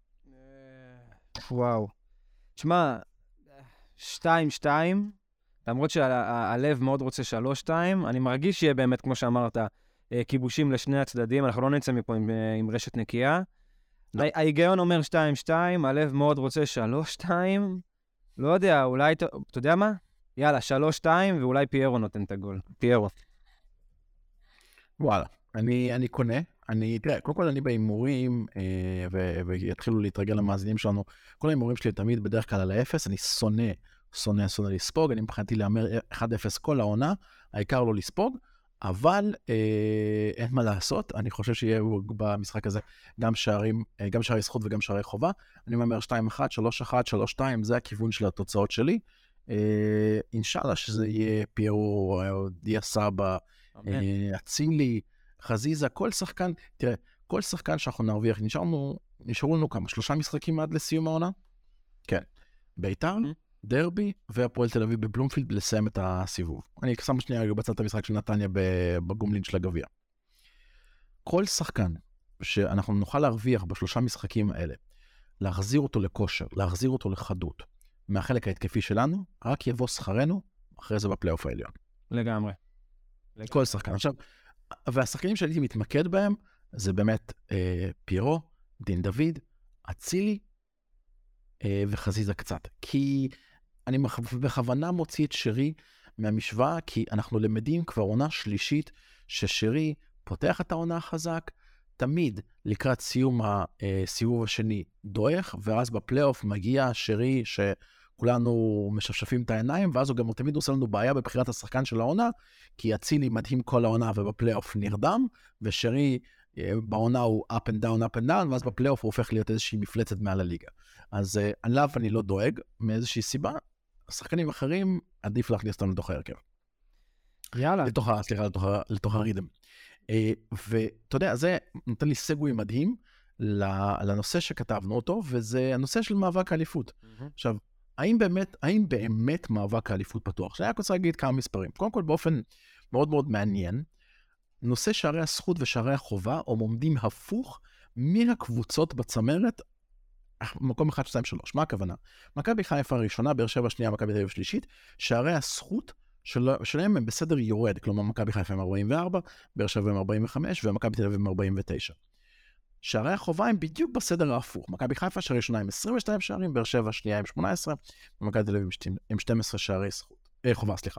וואו. תשמע, 2-2, למרות שהלב מאוד רוצה 3-2, אני מרגיש שיהיה באמת, כמו שאמרת, כיבושים לשני הצדדים, אנחנו לא נצא מפה עם רשת נקייה. ההיגיון אומר 2-2, הלב מאוד רוצה 3-2, לא יודע, אולי, אתה יודע מה? יאללה, 3-2, ואולי פיירו נותן את הגול. פיירו. וואלה, אני קונה. תראה, קודם כל אני בהימורים, ויתחילו להתרגל למאזינים שלנו, כל ההימורים שלי תמיד בדרך כלל על האפס, אני שונא לספוג, אני מבחינתי להמר 1-0 כל העונה, העיקר לא לספוג, אבל אין מה לעשות, אני חושב שיהיה במשחק הזה גם שערי זכות וגם שערי חובה, אני מאמר 2-1, 3-1, 3-2, זה הכיוון של התוצאות שלי, אינשאללה שזה יהיה פיירו, דיה סבא, אצילי, חזיזה, כל שחקן, תראה, כל שחקן שאנחנו נרוויח, נשארו לנו כמה? 3 משחקים עד לסיום העונה? כן. בית"ר, דרבי, והפועל תל אביב בבלומפילד לסיים את הסיבוב. אני שם שנייה בצד את המשחק של נתניה בגומלין של הגביע. כל שחקן שאנחנו נוכל להרוויח ב3 משחקים האלה, להחזיר אותו לכושר, להחזיר אותו לחדות, מהחלק ההתקפי שלנו, רק יבוא שכרנו, אחרי זה בפלייאוף העליון. לגמרי. כל שחקן. עכשיו, והשחקנים שהייתי מתמקד בהם, זה באמת פיירו, דין דוד, אצילי, וחזיזה קצת. כי אני בכוונה מוציא את שרי מהמשוואה, כי אנחנו למדים כבר עונה שלישית, ששרי פותח את העונה החזק, תמיד לקראת סיום הסיבוב השני דורך, ואז בפלייאוף מגיע שרי שכולנו משפשפים את העיניים, ואז הוא גם תמיד עושה לנו בעיה בבחירת השחקן של העונה, כי אצילי מדהים כל העונה ובפלייאוף נרדם, ושרי בעונה הוא up and down, ואז בפלייאוף הוא הופך להיות איזושהי מפלצת מעל הליגה. אז עליו אני לא דואג, מאיזושהי סיבה, השחקנים אחרים עדיף להכניס אותם לתוך ההרכב. יאללה. לתוך הרידם. ואתה יודע, זה נותן לי סגווי מדהים לנושא שכתבנו אותו, וזה הנושא של מאבק האליפות. עכשיו, האם באמת מאבק האליפות פתוח? שאני רק רוצה להגיד כמה מספרים. קודם כל, באופן מאוד מאוד מעניין, נושא שערי הזכות ושערי החובה, הם עומדים הפוך מהקבוצות בצמרת, מקום 1, 2, 3. מה הכוונה? מכבי חיפה הראשונה, באר שבע השנייה, מכבי תל אביב השלישית, שערי הזכות שלהם הם בסדר יורד, כלומר מכבי חיפה עם 44, באר שבע עם 45, ומכבי תל אביב עם 49. שערי החובה הם בדיוק בסדר ההפוך. מכבי חיפה שהראשונה עם 22 שערים, באר שבע השנייה עם 18, ומכבי תל אביב עם 12 שערי חובה, סליחה.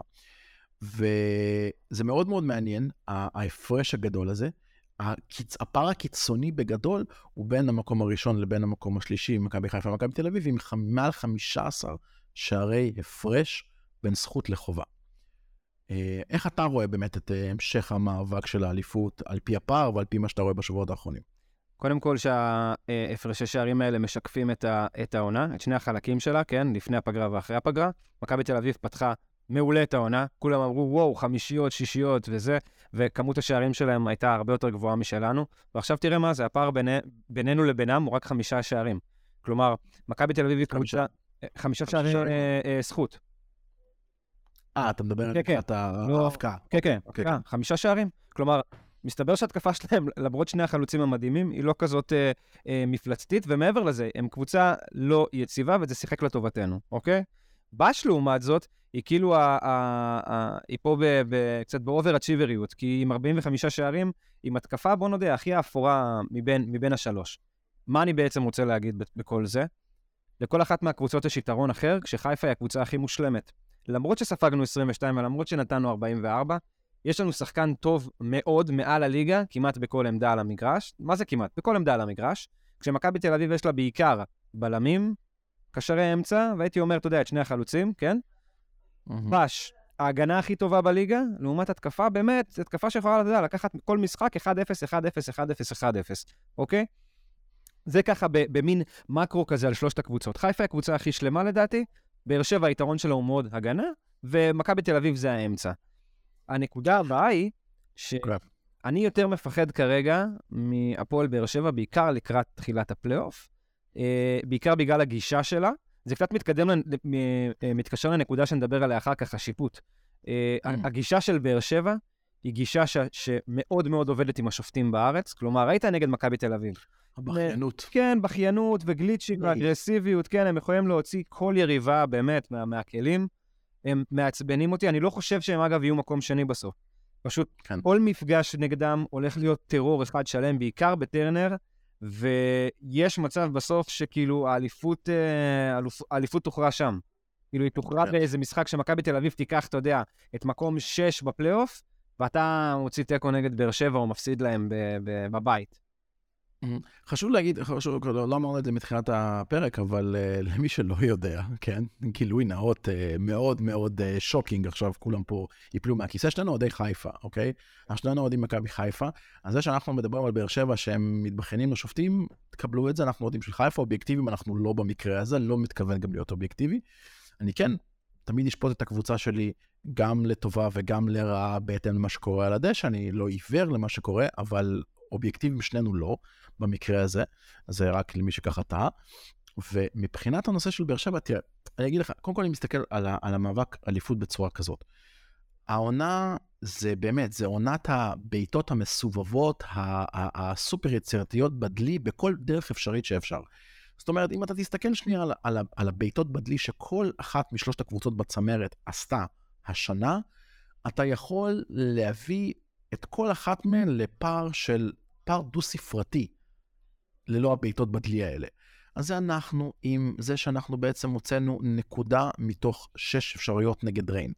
וזה מאוד מאוד מעניין, ההפרש הגדול הזה, הפער הקיצוני בגדול הוא בין המקום הראשון לבין המקום השלישי, מכבי חיפה ומכבי תל אביב, עם מעל 15 שערי הפרש בין זכות לחובה. איך אתה רואה באמת את המשך המאבק של האליפות, על פי הפער ועל פי מה שאתה רואה בשבועות האחרונים? קודם כל שההפרשי שערים האלה משקפים את העונה, את שני החלקים שלה, כן, לפני הפגרה ואחרי הפגרה. מכבי תל אביב פתחה מעולה את העונה, כולם אמרו, וואו, 5, 6 וזה, וכמות השערים שלהם הייתה הרבה יותר גבוהה משלנו, ועכשיו תראה מה זה, הפער בינינו לבינם הוא רק 5 שערים. כלומר, מכבי תל אביב קבוצה 5 שערים זכות. אתה מדבר על ההפקעה. כן, 5 שערים. כלומר, מסתבר שההתקפה שלהם, למרות שני החלוצים המדהימים, היא לא כזאת מפלצתית, ומעבר לזה, הם קבוצה לא יציבה, וזה שיחק לטובתנו, אוקיי? בש לעומת זאת, היא כאילו, היא פה קצת באובר-אצ'יבריות, כי עם 45 שערים, עם התקפה, בוא נודה, הכי האפורה מבין השלוש. מה אני בעצם רוצה להגיד בכל זה? לכל אחת מהקבוצות יש יתרון אחר, כשחיפה היא הקבוצה הכי מושלמת. למרות שספגנו 22 ולמרות שנתנו 44, יש לנו שחקן טוב מאוד מעל הליגה, כמעט בכל עמדה על המגרש. מה זה כמעט? בכל עמדה על המגרש. כשמכבי תל אביב יש לה בעיקר בלמים, קשרי אמצע, והייתי אומר, אתה יודע, את שני החלוצים, כן? בש, ההגנה הכי טובה בליגה, לעומת התקפה, באמת, התקפה שיכולה לדעת, לקחת כל משחק 1-0, 1-0, 1-0, 1-0, אוקיי? זה ככה במין מקרו כזה על שלושת הקבוצות. חיפה היא הקבוצה הכי שלמה לדעתי, באר שבע היתרון שלה הוא מאוד הגנה, ומכבי תל אביב זה האמצע. הנקודה הבאה היא, שאני יותר מפחד כרגע מהפועל באר שבע, בעיקר לקראת תחילת הפלייאוף, בעיקר בגלל הגישה שלה, זה קצת מתקשר לנקודה שנדבר עליה אחר כך, השיפוט. הגישה של באר שבע היא גישה שמאוד מאוד עובדת עם השופטים בארץ, כלומר, ראית נגד מכבי תל אביב. הבכיינות. כן, בכיינות וגליצ'ים ואגרסיביות, כן, הם יכולים להוציא כל יריבה באמת מהכלים, הם מעצבנים אותי, אני לא חושב שהם אגב יהיו מקום שני בסוף. פשוט כל מפגש נגדם הולך להיות טרור אחד שלם, בעיקר בטרנר, ויש מצב בסוף שכאילו האליפות תוכרע שם. כאילו היא תוכרע באיזה משחק שמכבי תל אביב תיקח, אתה יודע, את מקום 6 בפלייאוף, ואתה מוציא תיקו נגד באר שבע או מפסיד להם בבית. חשוב להגיד, לא אמרנו את זה מתחילת הפרק, אבל למי שלא יודע, כן, גילוי נאות מאוד מאוד שוקינג, עכשיו כולם פה ייפלו מהכיסא שלנו, אוהדי חיפה, אוקיי? אנחנו שלנו אוהדים מכבי חיפה, אז זה שאנחנו מדברים על באר שבע שהם מתבחנים לשופטים, תקבלו את זה, אנחנו אוהדים של חיפה, אובייקטיביים, אנחנו לא במקרה הזה, לא מתכוון גם להיות אובייקטיבי. אני כן, תמיד אשפוט את הקבוצה שלי גם לטובה וגם לרעה בהתאם למה שקורה על הדשא, אני לא עיוור למה שקורה, אבל אובייקטיביים שנינו לא, במקרה הזה, זה רק למי שככה טעה, ומבחינת הנושא של באר שבע, תראה, אני אגיד לך, קודם כל אני מסתכל על המאבק אליפות בצורה כזאת. העונה זה באמת, זה עונת הביתות המסובבות, הסופר יצירתיות בדלי, בכל דרך אפשרית שאפשר. זאת אומרת, אם אתה תסתכל שנייה על הביתות בדלי, שכל אחת משלושת הקבוצות בצמרת עשתה השנה, אתה יכול להביא את כל אחת מהן לפער דו-ספרתי, ללא הביתות בדלי האלה. אז זה אנחנו עם זה שאנחנו בעצם הוצאנו נקודה מתוך 6 אפשרויות נגד ריינה.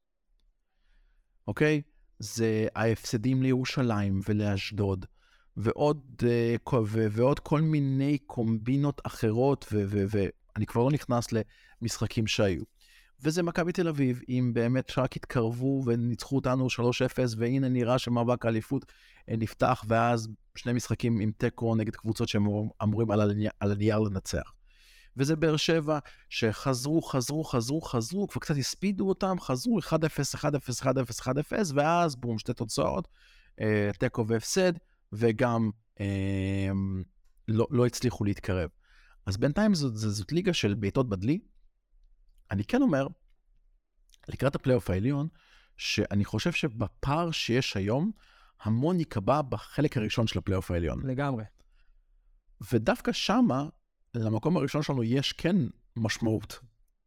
אוקיי? זה ההפסדים לירושלים ולאשדוד, ועוד כל מיני קומבינות אחרות, ואני כבר לא נכנס למשחקים שהיו. וזה מכבי תל אביב, אם באמת שרק התקרבו וניצחו אותנו 3-0, והנה נראה שמאבק האליפות נפתח, ואז 2 משחקים עם טקו נגד קבוצות שהם אמורים על הנייר לנצח. וזה באר שבע שחזרו, כבר קצת הספידו אותם, חזרו 1-0, 1-0, 1-0, 1-0, ואז בום, 2 תוצאות, טקו והפסד, וגם לא הצליחו להתקרב. אז בינתיים זאת ליגה של ביתות בדלי. אני כן אומר, לקראת הפלייאוף העליון, שאני חושב שבפער שיש היום, המון יקבע בחלק הראשון של הפלייאוף העליון. לגמרי. ודווקא שמה, למקום הראשון שלנו יש כן משמעות.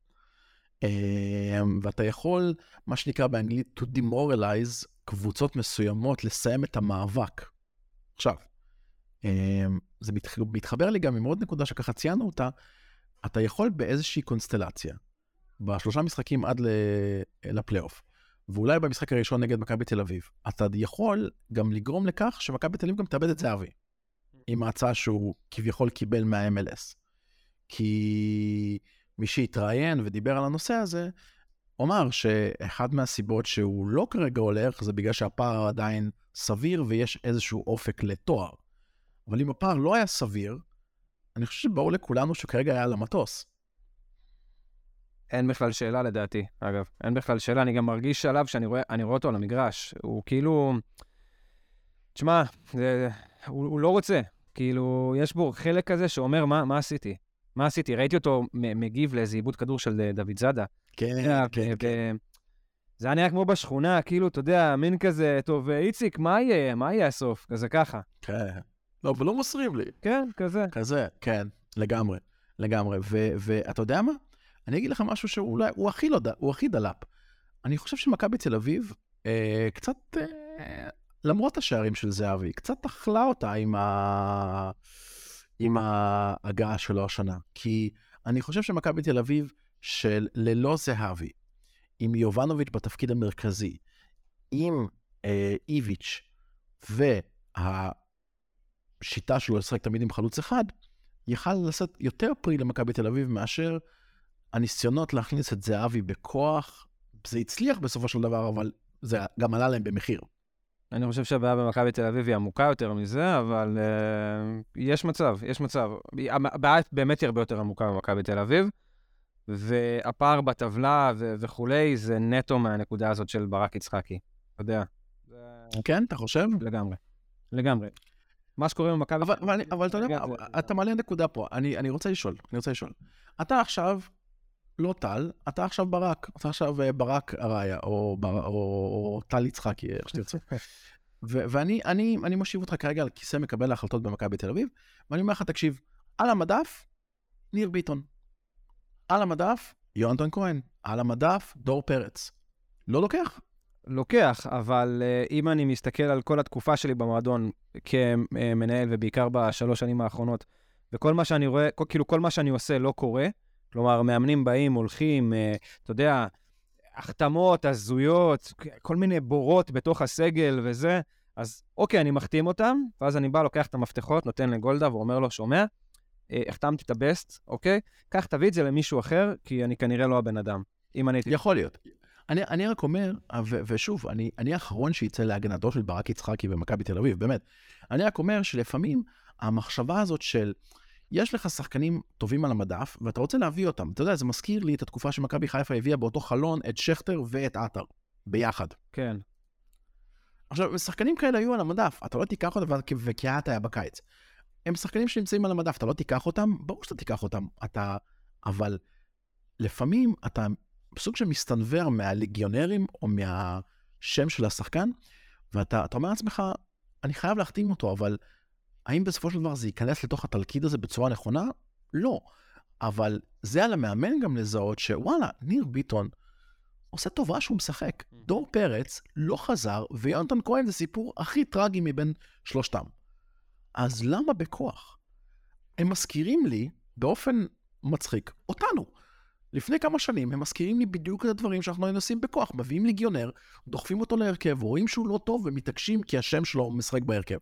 ואתה יכול, מה שנקרא באנגלית, to demoralize קבוצות מסוימות, לסיים את המאבק. עכשיו, זה מתחבר לי גם עם עוד נקודה שככה ציינו אותה, אתה יכול באיזושהי קונסטלציה, ב3 משחקים עד לפלייאוף, ואולי במשחק הראשון נגד מכבי תל אביב, אתה יכול גם לגרום לכך שמכבי תל אביב גם תאבד את זהבי, עם ההצעה שהוא כביכול קיבל מה-MLS. כי מי שהתראיין ודיבר על הנושא הזה, אומר שאחד מהסיבות שהוא לא כרגע הולך, זה בגלל שהפער עדיין סביר ויש איזשהו אופק לתואר. אבל אם הפער לא היה סביר, אני חושב שבאו לכולנו שכרגע היה למטוס. אין בכלל שאלה לדעתי, אגב. אין בכלל שאלה, אני גם מרגיש עליו שאני רואה אותו על המגרש. הוא כאילו... תשמע, הוא לא רוצה. כאילו, יש בו חלק כזה שאומר, מה עשיתי? מה עשיתי? ראיתי אותו מגיב לאיזה עיבוד כדור של דוד זאדה. כן. זה היה נראה כמו בשכונה, כאילו, אתה יודע, מין כזה, טוב, איציק, מה יהיה? מה יהיה הסוף? כזה ככה. כן. לא, אבל לא מוסרים לי. כן, כזה. כזה, כן, לגמרי, לגמרי. ואתה יודע מה? אני אגיד לך משהו שאולי הוא הכי דלאפ. אני חושב שמכבי תל אביב, קצת, למרות השערים של זהבי, קצת אכלה אותה עם ההגעה שלו השנה. כי אני חושב שמכבי תל אביב של ללא זהבי, עם יובנוביץ' בתפקיד המרכזי, עם איביץ' והשיטה שלו לשחק תמיד עם חלוץ אחד, יכל לעשות יותר פרי למכבי תל אביב מאשר הניסיונות להכניס את זהבי בכוח. זה הצליח בסופו של דבר, אבל זה גם עלה להם במחיר. אני חושב שהבעיה במכבי תל אביב היא עמוקה יותר מזה, אבל יש מצב. הבעיה באמת היא הרבה יותר עמוקה במכבי תל אביב, והפער בטבלה וכולי, זה נטו מהנקודה הזאת של ברק יצחקי. אתה יודע. כן, אתה חושב? לגמרי. מה שקורה במכבי... אבל אתה יודע, אתה מעלה נקודה פה. אני רוצה לשאול. אתה עכשיו לא טל, אתה עכשיו ברק. אתה עכשיו ברק הראיה, או טל יצחקי, איך שתרצה. ואני מושיב אותך כרגע על כיסא מקבל ההחלטות במכבי תל אביב, ואני אומר לך, תקשיב, על המדף, ניר ביטון. על המדף, יונתן כהן. על המדף, דור פרץ. לא לוקח? לוקח, אבל אם אני מסתכל על כל התקופה שלי במועדון כמנהל, ובעיקר בשלוש שנים האחרונות, וכל מה שאני רואה, כאילו כל מה שאני עושה לא קורה, כלומר, מאמנים באים, הולכים, אתה יודע, החתמות, הזויות, כל מיני בורות בתוך הסגל וזה, אז אוקיי, אני מחתים אותם, ואז אני בא, לוקח את המפתחות, נותן לגולדה, ואומר לו, שומע, החתמתי את הבסט, אוקיי? כך תביא את זה למישהו אחר, כי אני כנראה לא הבן אדם. יכול להיות. אני רק אומר, ושוב, אני האחרון שיצא להגנתו של ברק יצחקי במכבי תל אביב, באמת. אני רק אומר שלפעמים המחשבה הזאת של, יש לך שחקנים טובים על המדף, ואתה רוצה להביא אותם. אתה יודע, זה מזכיר לי את התקופה שמכבי חיפה הביאה באותו חלון את שכטר ואת עטר, ביחד. כן. עכשיו, שחקנים כאלה היו על המדף, אתה לא תיקח אותם, וכעת היה בקיץ. הם שחקנים שנמצאים על המדף, אתה לא תיקח אותם, ברור שאתה תיקח אותם, אבל לפעמים אתה בסוג שמסתנבר מהלגיונרים, או מהשם של השחקן, ואתה אומר לעצמך, אני חייב להחתים אותו, אבל האם בסופו של דבר זה ייכנס לתוך התלכיד הזה בצורה נכונה? לא. אבל זה על המאמן גם לזהות שוואלה, ניר ביטון עושה טובה שהוא משחק. דור פרץ לא חזר, ויונתן כהן זה סיפור הכי טרגי מבין שלושתם. אז למה בכוח? הם מזכירים לי באופן מצחיק אותנו. לפני כמה שנים הם מזכירים לי בדיוק את הדברים שאנחנו ננסים בכוח. מביאים ליגיונר, דוחפים אותו להרכב, רואים שהוא לא טוב ומתעקשים כי השם שלו משחק בהרכב.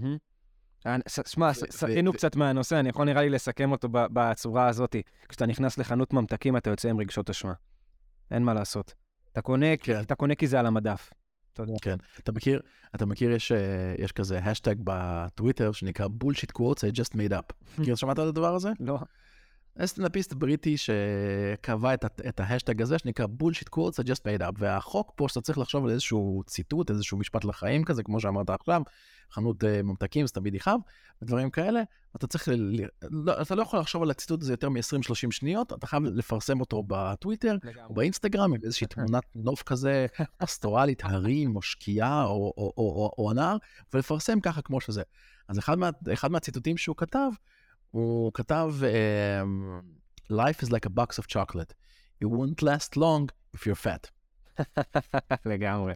שמע, סתינו קצת מהנושא, אני יכול נראה לי לסכם אותו בצורה הזאת. כשאתה נכנס לחנות ממתקים, אתה יוצא עם רגשות אשמה. אין מה לעשות. אתה קונה כי זה על המדף. כן. אתה מכיר, יש כזה השטג בטוויטר שנקרא bullshit quotes I just made up. מכיר, שמעת על הדבר הזה? לא. סטנדאפיסט בריטי שקבע את ההשטג הזה שנקרא bullshit quotes I just made up, והחוק פה שאתה צריך לחשוב על איזשהו ציטוט, איזשהו משפט לחיים כזה, כמו שאמרת עכשיו, חנות ממתקים, זה תמיד יחב, ודברים כאלה, אתה לא יכול לחשוב על הציטוט הזה יותר מ-20-30 שניות, אתה חייב לפרסם אותו בטוויטר, או באינסטגרם, עם איזושהי תמונת נוף כזה, פסטורלית, הרים, או שקיעה, או הנהר, ולפרסם ככה כמו שזה. אז אחד מהציטוטים שהוא כתב, Life is like a box of chocolate. It won't last long if you're fat. לגמרי.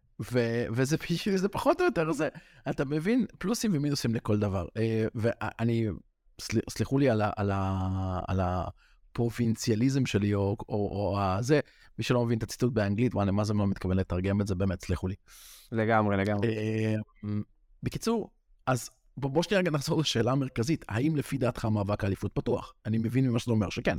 וזה פחות או יותר זה. אתה מבין, פלוסים ומינוסים לכל דבר. ואני, סליחו לי על הפרובינציאליזם שלי, או זה, מי שלא מבין את הציטוט באנגלית, ואני מה זה לא מתכוון לתרגם את זה, באמת, סליחו לי. לגמרי. בקיצור, אז בוא שנייה נחזור לשאלה המרכזית, האם לפי דעתך מאבק האליפות פתוח? אני מבין ממה שאתה אומר שכן.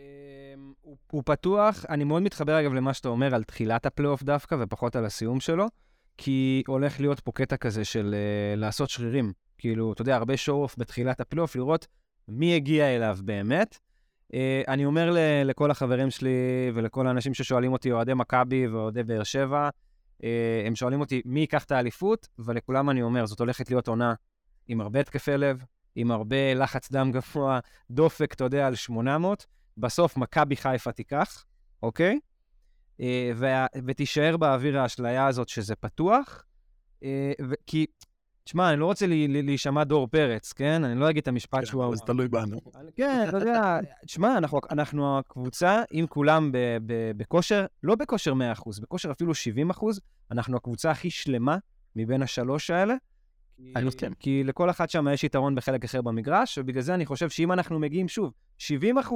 הוא פתוח, אני מאוד מתחבר אגב למה שאתה אומר על תחילת הפלייאוף דווקא, ופחות על הסיום שלו, כי הולך להיות פה קטע כזה של לעשות שרירים. כאילו, אתה יודע, הרבה שואו-אוף בתחילת הפלייאוף, לראות מי הגיע אליו באמת. אני אומר לכל החברים שלי ולכל האנשים ששואלים אותי, אוהדי מכבי ואוהדי באר שבע, הם שואלים אותי מי ייקח את האליפות, ולכולם אני אומר, זאת הולכת להיות עונה עם הרבה התקפי לב, עם הרבה לחץ דם גבוה, דופק, אתה יודע, על 800, בסוף מכבי חיפה תיקח, אוקיי? ותישאר באוויר האשליה הזאת שזה פתוח, כי, תשמע, אני לא רוצה להישמע דור פרץ, כן? אני לא אגיד את המשפט שהוא... אבל זה תלוי בנו. כן, אתה יודע, תשמע, אנחנו הקבוצה, אם כולם בכושר, לא בכושר 100%, בכושר אפילו 70%, אנחנו הקבוצה הכי שלמה מבין השלוש האלה, אני מסכים. כי לכל אחת שם יש יתרון בחלק אחר במגרש, ובגלל זה אני חושב שאם אנחנו מגיעים שוב, 70%,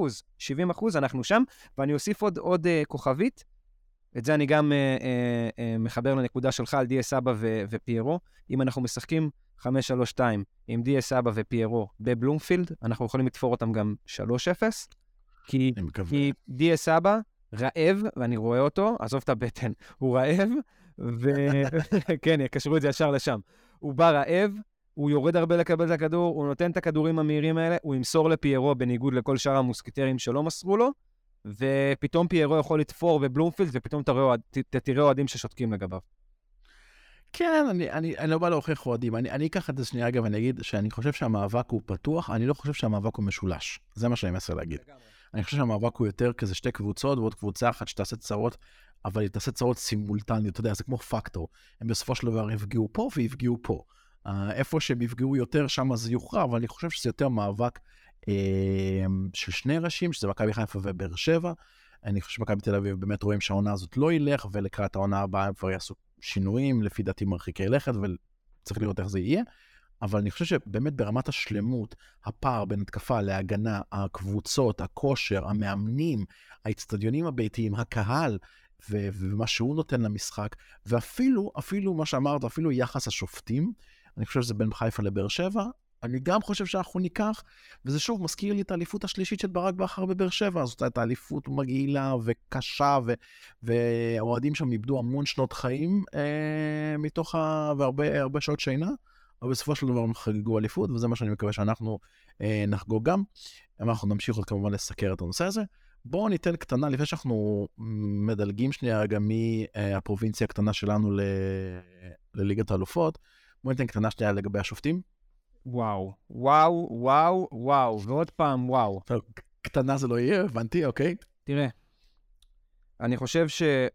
אנחנו שם, ואני אוסיף עוד כוכבית, את זה אני גם מחבר לנקודה שלך על דיה סבא ופיירו. אם אנחנו משחקים 5-3-2 עם דיה סבא ופיירו בבלומפילד, אנחנו יכולים לתפור אותם גם 3-0, כי דיה סבא רעב, ואני רואה אותו, עזוב את הבטן, הוא רעב, וכן, יקשרו את זה ישר לשם. הוא בא רעב, הוא יורד הרבה לקבל את הכדור, הוא נותן את הכדורים המהירים האלה, הוא ימסור לפיירו בניגוד לכל שאר המוסקטרים שלא מסרו לו, ופתאום פיירו יכול לתפור בבלומפילד, ופתאום תראה אוהדים ששותקים לגביו. כן, אני לא בא להוכיח אוהדים. אני אקח את זה שנייה, אגב, אני אגיד שאני חושב שהמאבק הוא פתוח, אני לא חושב שהמאבק הוא משולש. זה מה שאני מנסה להגיד. אני חושב שהמאבק הוא יותר כזה שתי קבוצות, ועוד קבוצה אחת שתעשה צרות, אבל היא תעשה צרות סימולטניות, אתה יודע, זה כמו פקטור. הם בסופו של דבר יפגעו פה ויפגעו פה. איפה שהם יפגעו יותר, שם זה יוכרע, אבל אני חושב שזה יותר מאבק של שני ראשים, שזה מכבי חיפה ובאר שבע. אני חושב שמכבי תל אביב באמת רואים שהעונה הזאת לא ילך, ולקראת העונה הבאה הם כבר יעשו שינויים, לפי דעתי מרחיקי לכת, וצריך לראות איך זה יהיה. אבל אני חושב שבאמת ברמת השלמות, הפער בין התקפה להגנה, הקבוצות, הכושר, המאמנים, האצטדיונים הביתיים, הקהל, ומה שהוא נותן למשחק, ואפילו מה שאמרת, אפילו יחס השופטים, אני חושב שזה בין חיפה לבאר שבע, אני גם חושב שאנחנו ניקח, וזה שוב מזכיר לי את האליפות השלישית של ברק בכר בבאר שבע, זאת הייתה אליפות מגעילה וקשה, והאוהדים שם איבדו המון שנות חיים מתוך והרבה שעות שינה, אבל בסופו של דבר הם חגגו אליפות, וזה מה שאני מקווה שאנחנו נחגוג גם. אנחנו נמשיך עוד כמובן לסקר את הנושא הזה. בואו ניתן קטנה, לפני שאנחנו מדלגים שנייה גם מהפרובינציה הקטנה שלנו לליגת האלופות, בואו ניתן קטנה שנייה לגבי השופטים. וואו, וואו, וואו, וואו, ועוד פעם וואו. טוב, קטנה זה לא יהיה, הבנתי, אוקיי. תראה, אני חושב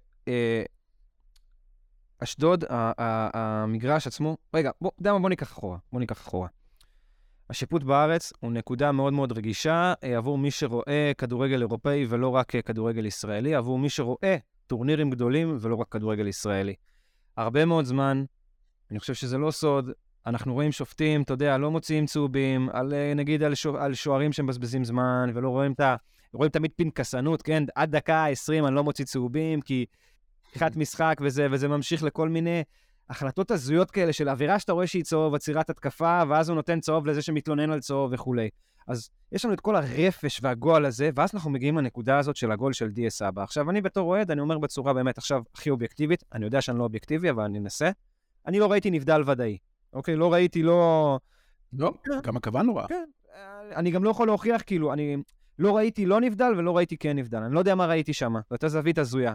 אשדוד, המגרש עצמו, רגע, בוא ניקח אחורה. השיפוט בארץ הוא נקודה מאוד מאוד רגישה עבור מי שרואה כדורגל אירופאי ולא רק כדורגל ישראלי, עבור מי שרואה טורנירים גדולים ולא רק כדורגל ישראלי. הרבה מאוד זמן, אני חושב שזה לא סוד, אנחנו רואים שופטים, אתה יודע, לא מוציאים צהובים, נגיד על שוערים שמבזבזים זמן, ולא רואים תמיד פנקסנות, כן? עד דקה 20 אני לא מוציא צהובים, כי פתיחת משחק וזה ממשיך לכל מיני החלטות הזויות כאלה של אווירה שאתה רואה שהיא צהוב, עצירת התקפה, ואז הוא נותן צהוב לזה שמתלונן על צהוב וכו'. אז יש לנו את כל הרפש והגול הזה, ואז אנחנו מגיעים לנקודה הזאת של הגול של דיה סבא. עכשיו, אני בתור אוהד, אני אומר בצורה באמת עכשיו הכי אובייקטיבית, אני יודע שאני לא אובייקטיבי, אבל אני אנסה. אני לא ראיתי נבדל ודאי. אוקיי, לא ראיתי, לא... לא, גם הכוון לא רע. כן, אני גם לא יכול להוכיח, כאילו, אני לא ראיתי לא נבדל ולא ראיתי כן נבדל. אני לא יודע מה ראיתי שם, ואתה זווית הזויה.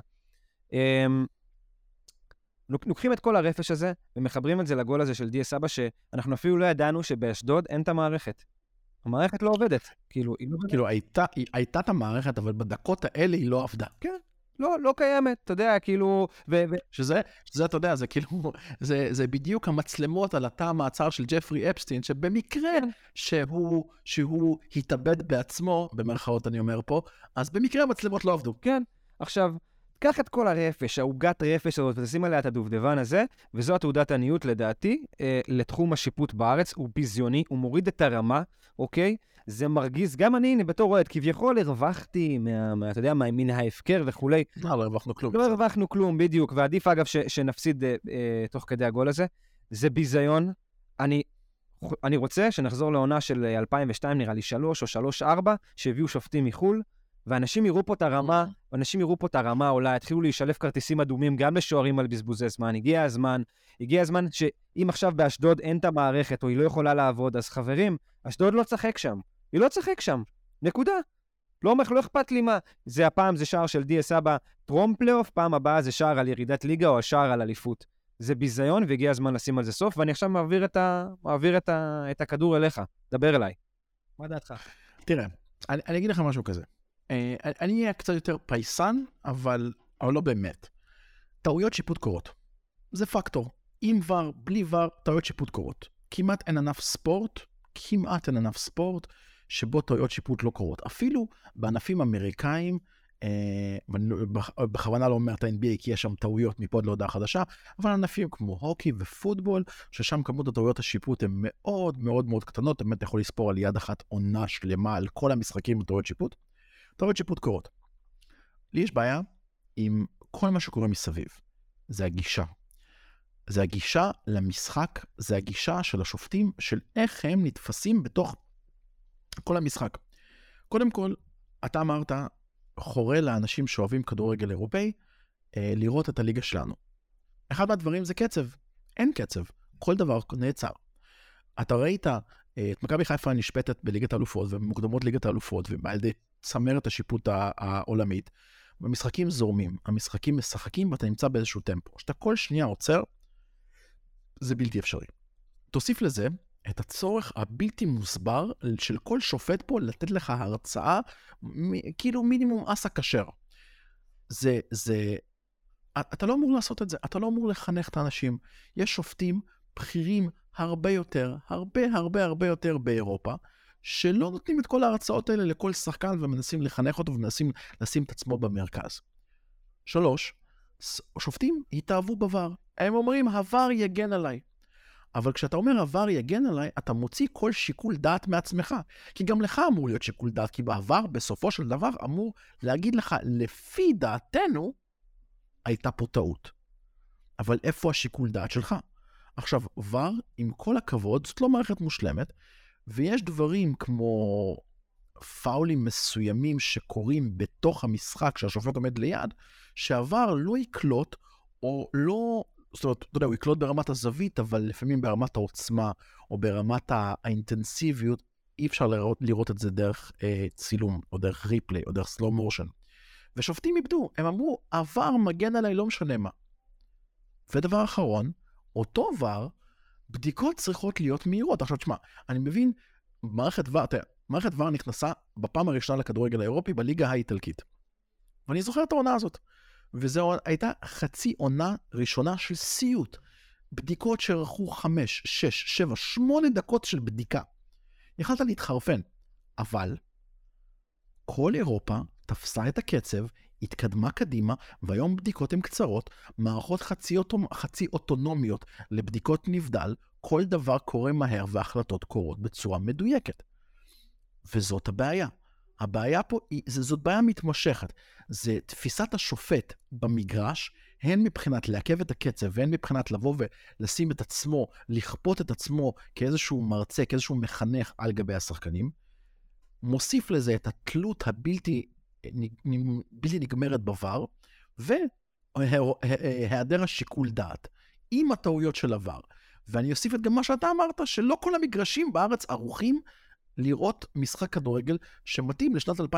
לוקחים את כל הרפש הזה, ומחברים את זה לגול הזה של דיה סבא, שאנחנו אפילו לא ידענו שבאשדוד אין את המערכת. המערכת לא עובדת. כאילו, הייתה את המערכת, אבל בדקות האלה היא לא עבדה. כן. לא קיימת, אתה יודע, כאילו... שזה, אתה יודע, זה כאילו, זה בדיוק המצלמות על התא המעצר של ג'פרי אפסטין, שבמקרה שהוא התאבד בעצמו, במרכאות אני אומר פה, אז במקרה המצלמות לא עבדו. כן, עכשיו, קח את כל הרפש, העוגת רפש הזאת, ותשים עליה את הדובדבן הזה, וזו התעודת עניות לדעתי, לתחום השיפוט בארץ, הוא ביזיוני, הוא מוריד את הרמה, אוקיי? זה מרגיז, גם אני בתור אוהד, כביכול הרווחתי אתה יודע, מן ההפקר וכולי. לא הרווחנו כלום. לא הרווחנו כלום, בדיוק, ועדיף אגב שנפסיד תוך כדי הגול הזה. זה ביזיון. אני רוצה שנחזור לעונה של 2002, נראה לי 3 או 3-4, שהביאו שופטים מחול, ואנשים יראו פה את הרמה, אולי התחילו להישלף כרטיסים אדומים גם לשוערים על בזבוזי זמן. הגיע הזמן שאם עכשיו באשדוד אין את המערכת, או היא לא יכולה לעבוד, אז חברים, אשדוד לא צחק שם. היא לא צחק שם. נקודה. לא אכפת לי מה. זה הפעם זה שער של דיה סבא טרום פלייאוף, פעם הבאה זה שער על ירידת ליגה או שער על אליפות. זה ביזיון והגיע הזמן לשים על זה סוף, ואני עכשיו מעביר את הכדור אליך. דבר אליי. מה דעתך? תראה, אני אגיד לך משהו כזה. אני אהיה קצת יותר פייסן, אבל אבל לא באמת. טעויות שיפוט קורות. זה פקטור. עם ור, בלי ור, טעויות שיפוט קורות. כמעט אין ענף ספורט שבו טעויות שיפוט לא קורות. אפילו בענפים אמריקאים, בכוונה לא אומר את ה-NBA כי יש שם טעויות מפה עד להודעה חדשה, אבל ענפים כמו הוקי ופוטבול, ששם כמות הטעויות השיפוט הן מאוד מאוד מאוד קטנות, באמת יכול לספור על יד אחת עונה שלמה על כל המשחקים וטעויות שיפוט. טעויות שיפוט קורות. לי יש בעיה עם כל מה שקורה מסביב. זה הגישה. זה הגישה למשחק, זה הגישה של השופטים, של איך הם נתפסים בתוך כל המשחק. קודם כל, אתה אמרת, חורה לאנשים שאוהבים כדורגל אירופאי, לראות את הליגה שלנו. אחד מהדברים זה קצב. אין קצב. כל דבר נעצר. אתה ראית את מכבי חיפה נשפטת בליגת האלופות, ומוקדמות ליגת האלופות, ועל ידי צמרת השיפוט העולמית, במשחקים זורמים, המשחקים משחקים, ואתה נמצא באיזשהו טמפו. שאתה כל שנייה עוצר, זה בלתי אפשרי. תוסיף לזה את הצורך הבלתי מוסבר של כל שופט פה לתת לך הרצאה, כאילו מינימום אסה כשר. אתה לא אמור לעשות את זה, אתה לא אמור לחנך את האנשים. יש שופטים בכירים הרבה יותר באירופה, שלא נותנים את כל ההרצאות האלה לכל שחקן, ומנסים לחנך אותו ומנסים לשים את עצמו במרכז. 3, שופטים התאהבו בוואר. הם אומרים, הוואר יגן עליי. אבל כשאתה אומר, הוואר יגן עליי, אתה מוציא כל שיקול דעת מעצמך. כי גם לך אמור להיות שיקול דעת, כי בעבר, בסופו של דבר, אמור להגיד לך, לפי דעתנו, הייתה פה טעות. אבל איפה השיקול דעת שלך? עכשיו, וואר, עם כל הכבוד, זאת לא מערכת מושלמת, ויש דברים כמו פאולים מסוימים שקורים בתוך המשחק שהשופט עומד ליד, שהוואר לא יקלוט, או לא, זאת אומרת, אתה יודע, הוא יקלוט ברמת הזווית, אבל לפעמים ברמת העוצמה, או ברמת האינטנסיביות, אי אפשר לראות את זה דרך צילום, או דרך ריפלי, או דרך סלו מושן. ושופטים איבדו, הם אמרו, הוואר מגן עליי לא משנה מה. ודבר אחרון, אותו וואר, בדיקות צריכות להיות מהירות. עכשיו תשמע, אני מבין, מערכת וואר נכנסה בפעם הראשונה לכדורגל האירופי בליגה האיטלקית. ואני זוכר את העונה הזאת. וזו הייתה חצי עונה ראשונה של סיוט. בדיקות שערכו 5, 6, 7, 8 דקות של בדיקה. יכלת להתחרפן. אבל כל אירופה תפסה את הקצב, התקדמה קדימה, והיום בדיקות הן קצרות, מערכות חצי אוטונומיות לבדיקות נבדל, כל דבר קורה מהר וההחלטות קורות בצורה מדויקת. וזאת הבעיה. הבעיה פה, זאת בעיה מתמשכת. זה תפיסת השופט במגרש, הן מבחינת לעכב את הקצב, והן מבחינת לבוא ולשים את עצמו, לכפות את עצמו כאיזשהו מרצה, כאיזשהו מחנך על גבי השחקנים. מוסיף לזה את התלות הבלתי נגמרת בוואר, והיעדר השיקול דעת, עם הטעויות של הוואר. ואני אוסיף את גם מה שאתה אמרת, שלא כל המגרשים בארץ ערוכים לראות משחק כדורגל שמתאים לשנת 2022-2023.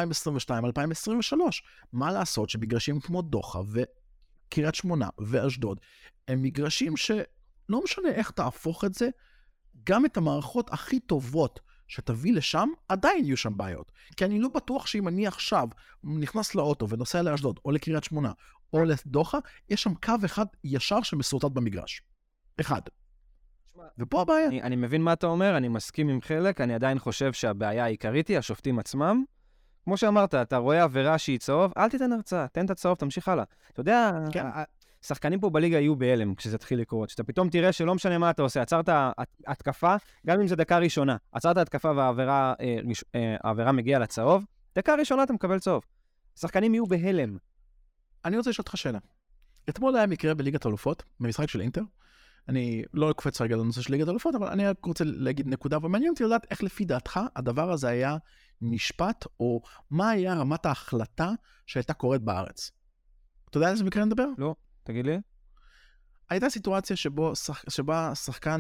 מה לעשות שמגרשים כמו דוחה וקריית שמונה ואשדוד, הם מגרשים שלא משנה איך תהפוך את זה, גם את המערכות הכי טובות שתביא לשם, עדיין יהיו שם בעיות. כי אני לא בטוח שאם אני עכשיו נכנס לאוטו ונוסע לאשדוד, או לקריית שמונה, או לדוחה, יש שם קו אחד ישר שמסורטט במגרש. אחד. ופה הבעיה. אני מבין מה אתה אומר, אני מסכים עם חלק, אני עדיין חושב שהבעיה העיקרית היא השופטים עצמם. כמו שאמרת, אתה רואה עבירה שהיא צהוב, אל תיתן הרצאה, תן את הצהוב, תמשיך הלאה. אתה יודע, כן. שחקנים פה בליגה יהיו בהלם כשזה התחיל לקרות, שאתה פתאום תראה שלא משנה מה אתה עושה, עצרת התקפה, גם אם זה דקה ראשונה, עצרת התקפה והעבירה מגיעה לצהוב, דקה ראשונה אתה מקבל צהוב. שחקנים יהיו בהלם. אני רוצה לשאול אותך שאלה. אתמול היה מקרה בליגת האלופות, במשחק של אינטר, אני לא אקפץ רגע לנושא של ליגת האלופות, אבל אני רוצה להגיד נקודה, ומעניין אותי לדעת איך לפי דעתך הדבר הזה היה נשפט, או מה היה רמת ההחלטה שהייתה קורית בארץ. אתה יודע על איזה מקרה נדבר? לא. תגיד לי. הייתה סיטואציה שבה שחקן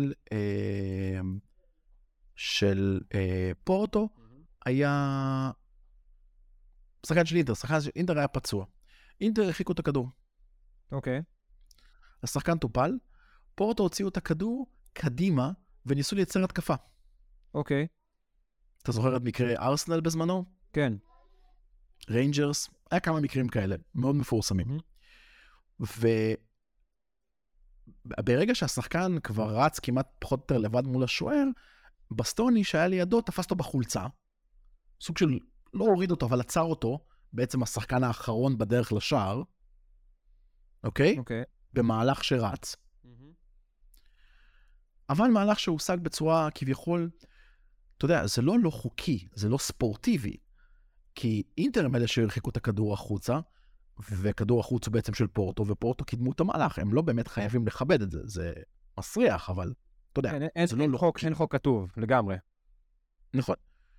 של פורטו היה שחקן של אינטר, שחקן של אינטר היה פצוע. אינטר הרחיקו את הכדור. אוקיי. השחקן טופל, פורטו הוציאו את הכדור קדימה וניסו לייצר התקפה. אוקיי. אתה זוכר את מקרה ארסנל בזמנו? כן. ריינג'רס, היה כמה מקרים כאלה, מאוד מפורסמים. וברגע שהשחקן כבר רץ כמעט פחות או יותר לבד מול השוער, בסטוני שהיה לידו תפס אותו בחולצה, סוג של לא הוריד אותו, אבל עצר אותו, בעצם השחקן האחרון בדרך לשער, אוקיי? במהלך שרץ. אבל מהלך שהושג בצורה כביכול, אתה יודע, זה לא חוקי, זה לא ספורטיבי, כי אינטר הם אלה שהרחיקו את הכדור החוצה, וכדור החוץ הוא בעצם של פורטו, ופורטו קידמו את המהלך, הם לא באמת חייבים לכבד את זה, זה מסריח, אבל אתה יודע, זה לא חוקי. אין חוק כתוב, לגמרי. נכון.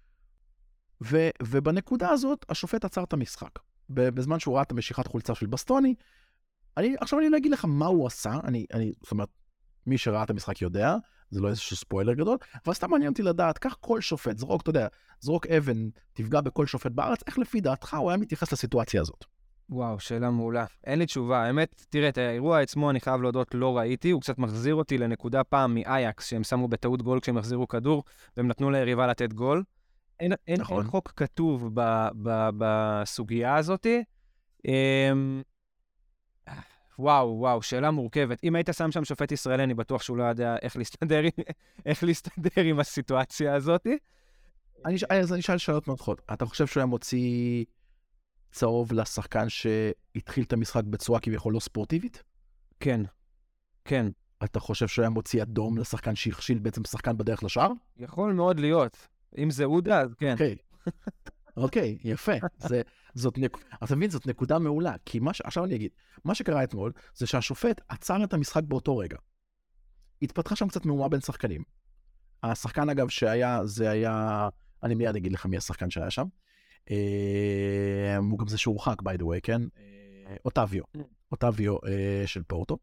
ובנקודה הזאת, השופט עצר את המשחק. בזמן שהוא ראה את המשיכת חולצה של בסטוני, עכשיו אני לא אגיד לך מה הוא עשה, זאת אומרת, מי שראה את המשחק יודע, זה לא איזשהו ספוילר גדול, אבל סתם מעניין אותי לדעת, כך כל שופט, זרוק, אתה יודע, זרוק אבן, תפגע בכל שופט בארץ, איך לפי דעתך הוא היה מתייחס לסיטואציה הזאת? וואו, שאלה מעולה. אין לי תשובה. האמת, תראה, את האירוע עצמו, אני חייב להודות, לא ראיתי, הוא קצת מחזיר אותי לנקודה פעם מאייקס, שהם שמו בטעות גול כשהם החזירו כדור, והם נתנו ליריבה לתת גול. אין חוק כתוב בסוגיה הזאת. וואו, שאלה מורכבת. אם היית שם שם שופט ישראלי, אני בטוח שהוא לא יודע איך להסתדר עם הסיטואציה הזאת. אז אני אשאל שאלות מאוד חוד. אתה חושב שהוא היה מוציא צהוב לשחקן שהתחיל את המשחק בצורה כביכול לא ספורטיבית? כן. אתה חושב שהוא היה מוציא אדום לשחקן שהכשיל בעצם שחקן בדרך לשער? יכול מאוד להיות. אם זה עודה, אז כן. אוקיי, יפה. אתה מבין, זאת נקודה מעולה, כי עכשיו אני אגיד, מה שקרה אתמול, זה שהשופט עצר את המשחק באותו רגע. התפתחה שם קצת מהומה בין שחקנים. השחקן אגב זה היה, אני מיד אגיד לך מי השחקן שהיה שם, הוא גם זה שהורחק, by the way, כן? אוטביו של פורטו.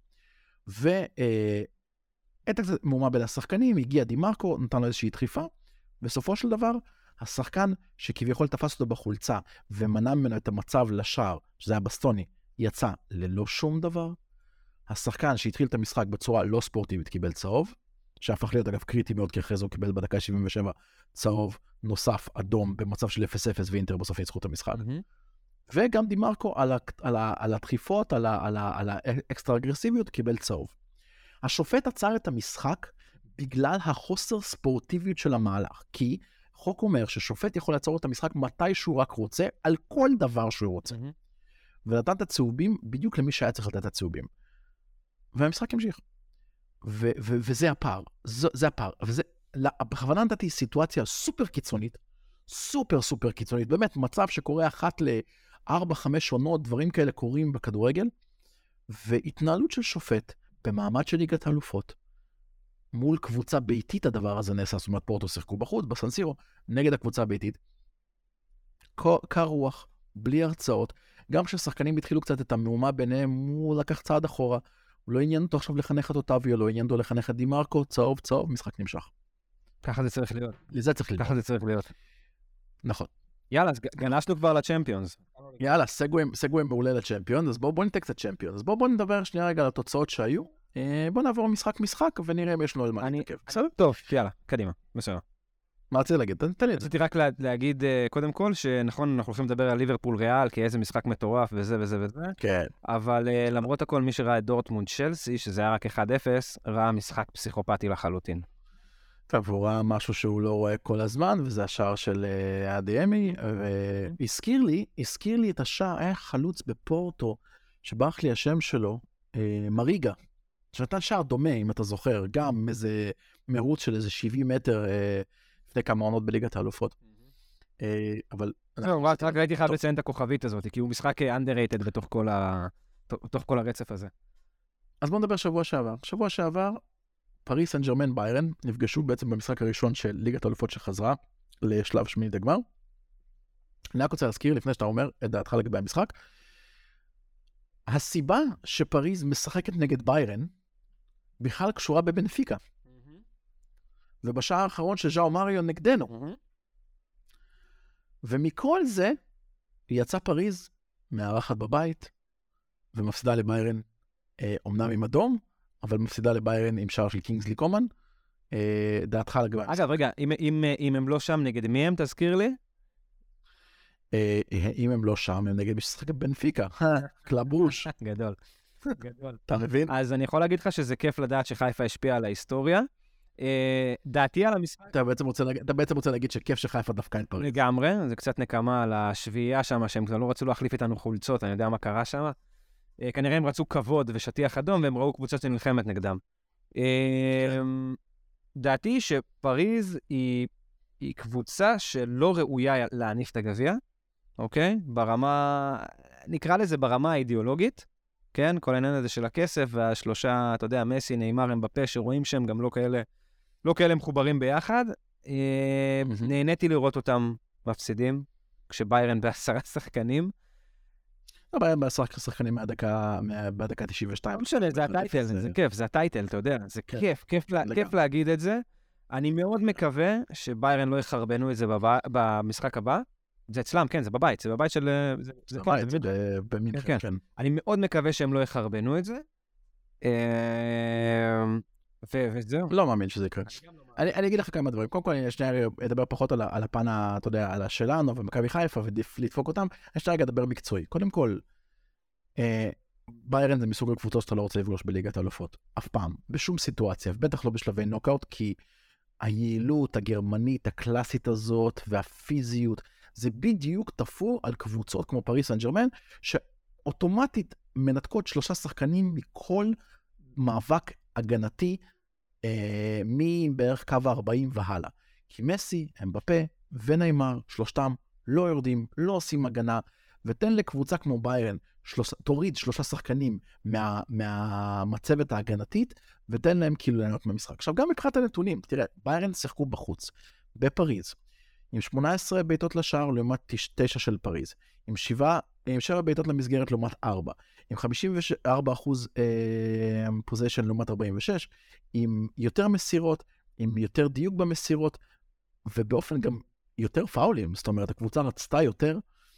הייתה קצת מהומה בין השחקנים, הגיע דימרקו, נתן לו איזושהי דחיפה, בסופו של דבר, השחקן שכביכול תפס אותו בחולצה, ומנע ממנו את המצב לשער, שזה היה בסטוני, יצא ללא שום דבר. השחקן שהתחיל את המשחק בצורה לא ספורטיבית קיבל צהוב, שהפך להיות אגב קריטי מאוד, כי אחרי זה הוא קיבל בדקה 77 צהוב נוסף אדום במצב של 0-0, ואינטר בסוף יצחו את המשחק. וגם דימרקו על הדחיפות, על האקסטרה אגרסיביות, קיבל צהוב. השופט עצר את המשחק בגלל החוסר ספורטיביות של המהלך, כי חוק אומר ששופט יכול לעצור את המשחק מתי שהוא רק רוצה, על כל דבר שהוא רוצה. ונתן את הצהובים בדיוק למי שהיה צריך לתת את הצהובים. והמשחק המשיך. וזה הפער. זה הפער. בכוונה נתתי סיטואציה סופר קיצונית, סופר קיצונית, באמת מצב שקורה אחת ל4-5 עונות, דברים כאלה קורים בכדורגל, והתנהלות של שופט במעמד של ליגת האלופות, מול קבוצה ביתית הדבר הזה נעשה, זאת אומרת פורטו שיחקו בחוץ, בסנסירו, נגד הקבוצה הביתית, קר רוח, בלי הרצאות, גם כששחקנים התחילו קצת את המהומה ביניהם, הוא לקח צעד אחורה, הוא לא עניין אותו עכשיו לחנך את אוטביו, לא עניין אותו לחנך את דימרקו, צהוב, משחק נמשך. ככה זה צריך להיות. לזה צריך להיות. ככה זה צריך להיות. נכון. יאללה, אז גנשנו כבר לצ'מפיונס. יאללה, סגווי מעולה לצ'מפיונס, אז בואו ניתק קצת צ'מפיונס, אז בואו נדבר שנייה רגע על התוצאות שהיו, בואו נעבור משחק ונראה אם יש לנו על מה להתעכב. בסדר? טוב, יאללה, קדימה, בסדר. מה רציתי להגיד? תן לי את זה. רציתי רק להגיד קודם כל, שנכון, אנחנו הולכים לדבר על ליברפול ריאל, כי איזה משחק מטורף וזה וזה וזה. כן. אבל למרות הכל, מי שראה את דורטמונד צ'לסי, שזה היה רק 1-0, ראה משחק פסיכופתי לחלוטין. טוב, הוא ראה משהו שהוא לא רואה כל הזמן, וזה השער של אדיאמי, והזכיר לי את השער, היה חלוץ בפורטו, שברח לי השם שלו, מריגה, שנתן שער דומה, אם אתה זוכר, גם איזה מרוץ של איזה 70 מטר, לפני כמה עונות בליגת האלופות. אבל... רק ראיתי חייב לציין את הכוכבית הזאת, כי הוא משחק underrated בתוך כל הרצף הזה. אז בואו נדבר שבוע שעבר. שבוע שעבר, פריס סן ז'רמן ביירן נפגשו בעצם במשחק הראשון של ליגת האלופות שחזרה לשלב שמינית הגמר. אני רק רוצה להזכיר, לפני שאתה אומר את דעתך לגבי המשחק, הסיבה שפריז משחקת נגד ביירן בכלל קשורה בבנפיקה. ובשער האחרון שז'או מריו נגדנו. ומכל זה יצא פריז מארחת בבית ומפסידה לביירן, אומנם עם אדום, אבל מפסידה לביירן עם שער של קינגסלי קומן. דעתך לגבי... אגב, רגע, אם הם לא שם נגד מי הם, תזכיר לי? אם הם לא שם, הם נגד מי ששחק בנפיקה, קלבוש. גדול, גדול. אתה מבין? אז אני יכול להגיד לך שזה כיף לדעת שחיפה השפיעה על ההיסטוריה. דעתי על המשחק... אתה בעצם רוצה להגיד שכיף שחיפה דווקא אין פריז. לגמרי, זה קצת נקמה על השביעייה שם, שהם לא רצו להחליף איתנו חולצות, אני יודע מה קרה שם. כנראה הם רצו כבוד ושטיח אדום, והם ראו קבוצה שנלחמת נגדם. דעתי שפריז היא קבוצה שלא ראויה להניף את הגביע, אוקיי? ברמה, נקרא לזה ברמה האידיאולוגית, כן? כל העניין הזה של הכסף והשלושה, אתה יודע, מסי, ניימר, הם בפה, שרואים שהם גם לא כאלה מחוברים ביחד. נהניתי לראות אותם מפסידים, כשביירן ב10 שחקנים. לא בעיה ב10 שחקנים בדקה 92. לא משנה, זה הטייטל, זה כיף, זה הטייטל, אתה יודע, זה כיף להגיד את זה. אני מאוד מקווה שביירן לא יחרבנו את זה במשחק הבא. זה אצלם, כן, זה בבית, זה בבית של... זה בבית, במינכן, כן. אני מאוד מקווה שהם לא יחרבנו את זה. וזהו. לא מאמין שזה יקרה. אני אגיד לך כמה דברים. קודם כל, אני שנייה אדבר פחות על הפן, אתה יודע, על השלנו ומכבי חיפה ולדפוק אותם. אני שנייה אדבר מקצועי. קודם כל, ביירן זה מסוג הקבוצות שאתה לא רוצה לפגוש בליגת האלופות. אף פעם. בשום סיטואציה. בטח לא בשלבי נוקאוט, כי היעילות הגרמנית, הקלאסית הזאת והפיזיות, זה בדיוק תפור על קבוצות כמו פריס סן ז'רמן, שאוטומטית מנתקות 3 שחקנים מכל מאבק הגנתי, מבערך קו 40 והלאה. כי מסי, אמבפה וניימר, שלושתם לא יורדים, לא עושים הגנה, ותן לקבוצה כמו ביירן, תוריד 3 שחקנים מהמצבת ההגנתית, ותן להם כאילו ליהנות מהמשחק. עכשיו, גם מבחינת הנתונים, תראה, ביירן שיחקו בחוץ, בפריז, עם 18 בעיטות לשער לעומת 9 של פריז, עם 7 בעיטות למסגרת לעומת 4, עם 54% פוזיישן לעומת 46, עם יותר מסירות, עם יותר דיוק במסירות, ובאופן גם יותר פאולים, זאת אומרת, הקבוצה רצתה יותר,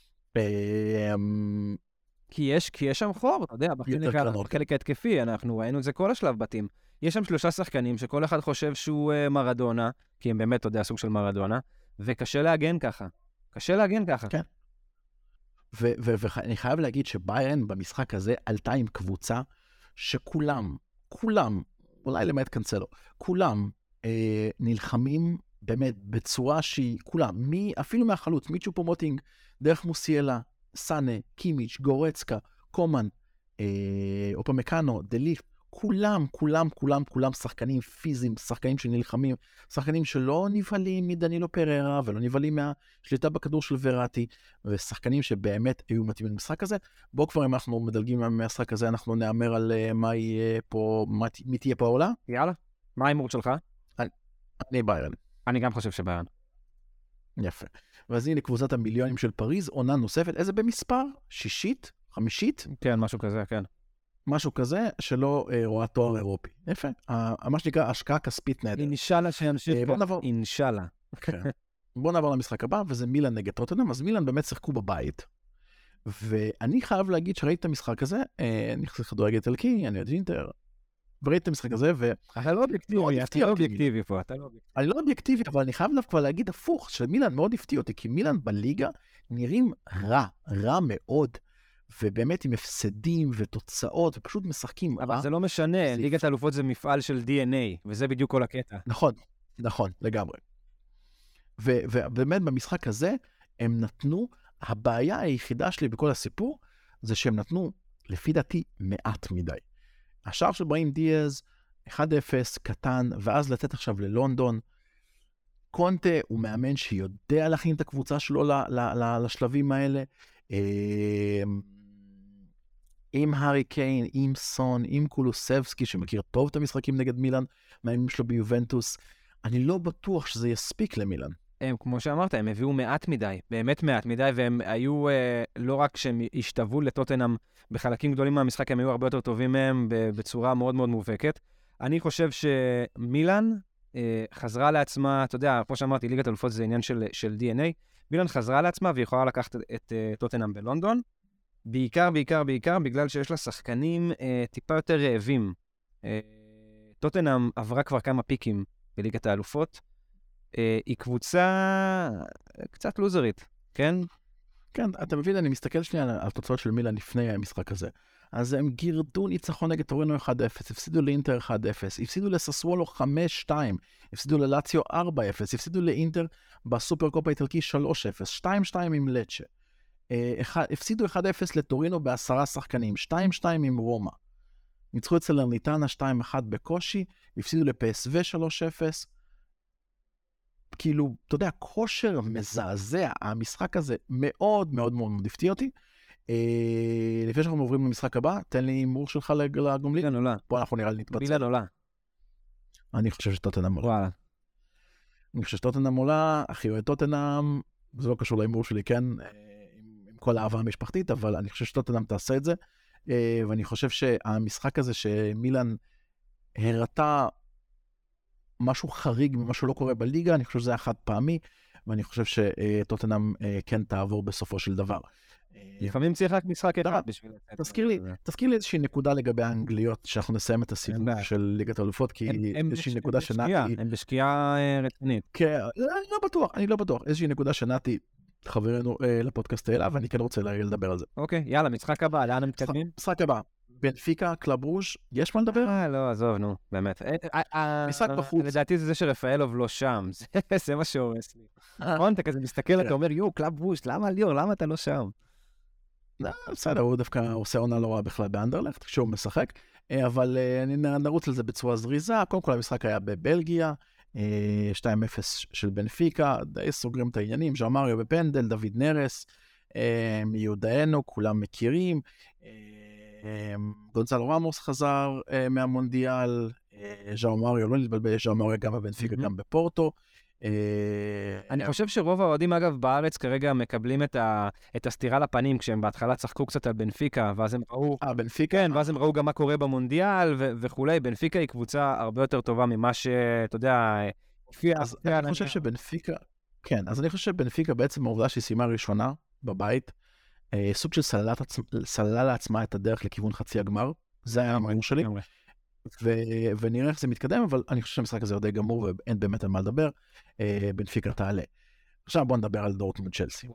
כי יש שם חור, אתה יודע, בחלק ההתקפי, אנחנו ראינו את זה כל השלב בתים. יש שם 3 שחקנים שכל אחד חושב שהוא מרדונה, כי הם באמת, אתה יודע, סוג של מרדונה, וקשה להגן ככה. כן. ואני חייב להגיד שביירן במשחק הזה עלתה עם קבוצה שכולם, אולי למעט קנצלו, כולם נלחמים באמת בצורה שהיא, כולם, אפילו מהחלוץ, מיצ'ו מוטינג, דרך מוסיאלה, סאנה, קימיץ', גורצקה, קומן, אופמקאנו, דליף, כולם שחקנים פיזיים, שחקנים שנלחמים, שחקנים שלא נבהלים מדנילו פררה, ולא נבהלים מהשליטה בכדור של וראטי, ושחקנים שבאמת היו מתאימים למשחק הזה. בואו כבר, אם אנחנו מדלגים מהמשחק הזה, אנחנו נאמר על מי תהיה פה העולה. יאללה, מה האימור שלך? אני ביירן. אני גם חושב שביירן. יפה. ואז הנה קבוצת המיליונים של פריז, עונה נוספת, איזה במספר? 6? 5? כן, משהו כזה, כן. משהו כזה שלא רואה תואר אירופי. יפה. מה שנקרא השקעה כספית נהדר. אינשאללה שימשיך ככה. אינשאללה. בואו נעבור למשחק הבא, וזה מילאן נגד טוטנהאם. אז מילאן באמת שיחקו בבית. ואני חייב להגיד שראיתי את המשחק הזה, אני חושב כדורגל איטלקי, אני אינטר, וראיתי את המשחק הזה, אתה לא אובייקטיבי פה, אני לא אובייקטיבי, אבל אני חייב כבר להגיד הפוך, שמילאן מאוד הפתיע אותי, כי מילאן בליגה נראים רע מאוד. ובאמת עם הפסדים ותוצאות, ופשוט משחקים. אבל זה לא משנה, ליגת האלופות זה מפעל של DNA, וזה בדיוק כל הקטע. נכון, לגמרי. ובאמת במשחק הזה, הם נתנו, הבעיה היחידה שלי בכל הסיפור, זה שהם נתנו, לפי דעתי, מעט מדי. השער של ברהים דיאז, 1-0, קטן, ואז לתת עכשיו ללונדון, קונטה הוא מאמן שיודע להכין את הקבוצה שלו לשלבים האלה, עם הארי קיין, עם סון, עם קולוסבסקי, שמכיר טוב את המשחקים נגד מילאן, מהימים שלו ביובנטוס, אני לא בטוח שזה יספיק למילאן. כמו שאמרת, הם הביאו מעט מדי, באמת מעט מדי, והם היו, לא רק שהם השתוו לטוטנהאם בחלקים גדולים מהמשחק, הם היו הרבה יותר טובים מהם בצורה מאוד מאוד מובהקת. אני חושב שמילאן חזרה לעצמה, אתה יודע, כמו שאמרתי, ליגת האלופות זה עניין של DNA, מילאן חזרה לעצמה והיא יכולה לקחת את טוטנהאם בלונדון, בעיקר בגלל שיש לה שחקנים טיפה יותר רעבים. טוטנהאם עברה כבר כמה פיקים בליגת האלופות, היא קבוצה קצת לוזרית, כן? כן, אתה מבין, אני מסתכל שנייה על התוצאות של מילאן לפני המשחק הזה. אז הם גירדו ניצחון נגד טורינו 1-0, הפסידו לאינטר 1-0, הפסידו לססוולו 5-2, הפסידו ללאציו 4-0, הפסידו לאינטר בסופר קופה האיטלקי 3-0, 2-2 עם לצ'ה. הפסידו 1-0 לטורינו ב10 שחקנים, 2-2 עם רומא. ניצחו אצל לרניטנה 2-1 בקושי, הפסידו לפסו 3-0. כאילו, אתה יודע, כושר מזעזע, המשחק הזה מאוד מאוד מאוד הפתיע אותי. לפני שאנחנו עוברים למשחק הבא, תן לי הימור שלך לגומלין. מילאן עולה. פה אנחנו נראה לי נתבצע. מילאן עולה. אני חושב שטוטנהאם עולה. וואלה. אני חושב שטוטנהאם עולה, הכי אוהד טוטנהאם, זה לא קשור להימור שלי, כן, עם כל האהבה המשפחתית, אבל אני חושב שטוטנהאם תעשה את זה, ואני חושב שהמשחק הזה שמילאן הראתה משהו חריג ממה שלא קורה בליגה, אני חושב שזה היה חד פעמי, ואני חושב שטוטנהאם כן תעבור בסופו של דבר. לפעמים צריך רק משחק אחד בשביל... תזכיר לי איזושהי נקודה לגבי האנגליות, שאנחנו נסיים את הסיבוב של ליגת האלופות, כי איזושהי נקודה שנעתי... הם בשקיעה רצינית. כן, אני לא בטוח. איזושהי נקודה שנעתי חברנו לפודקאסט האלה, ואני כן רוצה לדבר על זה. אוקיי, יאללה, משחק הבא, לאן הם מתקדמים? משחק הבא. בנפיקה, קלאב רוז', יש מה לדבר? לא, עזוב, נו, באמת. משחק בחוץ. לדעתי זה שרפאלוב לא שם, זה מה שהורס לי. נכון, אתה כזה מסתכל, אתה אומר, קלאב רוז', למה ליאור, למה אתה לא שם? בסדר, הוא דווקא עושה עונה לא רעה בכלל באנדרלכט, כשהוא משחק, אבל נרוץ על זה בצורה זריזה. קודם כל המשחק היה בבלגיה, 2-0 של בנפיקה, די סוגרים את העניינים, ז'אמריו בפנדל, דוד נרס, מיודענו, כולם מכירים, גונזלו רמוס חזר מהמונדיאל, ז'אמריו, לא נתבלבל, ז'אמריו גם בבנפיקה, גם בפורטו. אני חושב שרוב האוהדים, אגב, בארץ כרגע מקבלים את הסתירה לפנים, כשהם בהתחלה צחקו קצת על בנפיקה, ואז הם ראו... בנפיקה? כן, ואז הם ראו גם מה קורה במונדיאל וכולי. בנפיקה היא קבוצה הרבה יותר טובה ממה שאתה יודע... אז אני חושב שבנפיקה... כן, אז אני חושב שבנפיקה בעצם העובדה שהיא סיימה ראשונה בבית, סוג של סללה לעצמה את הדרך לכיוון חצי הגמר. זה היה המהימור שלי. ונראה איך זה מתקדם, אבל אני חושב שהמשחק הזה די גמור, ואין באמת על מה לדבר. בנפיקה תעלה. עכשיו בוא נדבר על דורטמונד צ'לסי.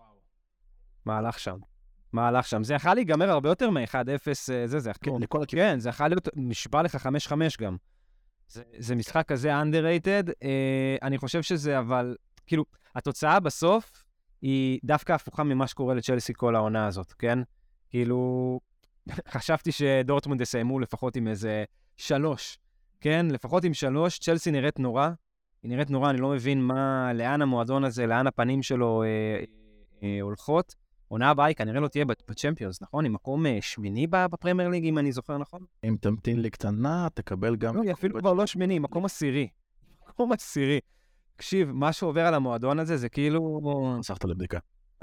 מהלך שם. זה יכול להיגמר הרבה יותר מ-1-0, זה. לכל הכיוון. כן, זה יכול להיות, נשבע לך 5-5 גם. זה משחק כזה underrated. אני חושב שזה, אבל, כאילו, התוצאה בסוף היא דווקא הפוכה ממה שקורה לצ'לסי כל העונה הזאת, כן? כאילו, חשבתי שדורטמונד יסיימו לפחות עם איזה 3, כן? לפחות עם 3, צ'לסי נראית נורא. היא נראית נורא, אני לא מבין לאן המועדון הזה, לאן הפנים שלו הולכות. עונה הבאה היא כנראה לא תהיה בצ'מפיונס, נכון? היא מקום שמיני בפרמייר ליג, אם אני זוכר נכון? אם תמתין לי קטנה, תקבל גם... לא, היא אפילו כבר לא שמיני, מקום עשירי. מקום עשירי. תקשיב, מה שעובר על המועדון הזה, זה כאילו... חסכת לבדיקה.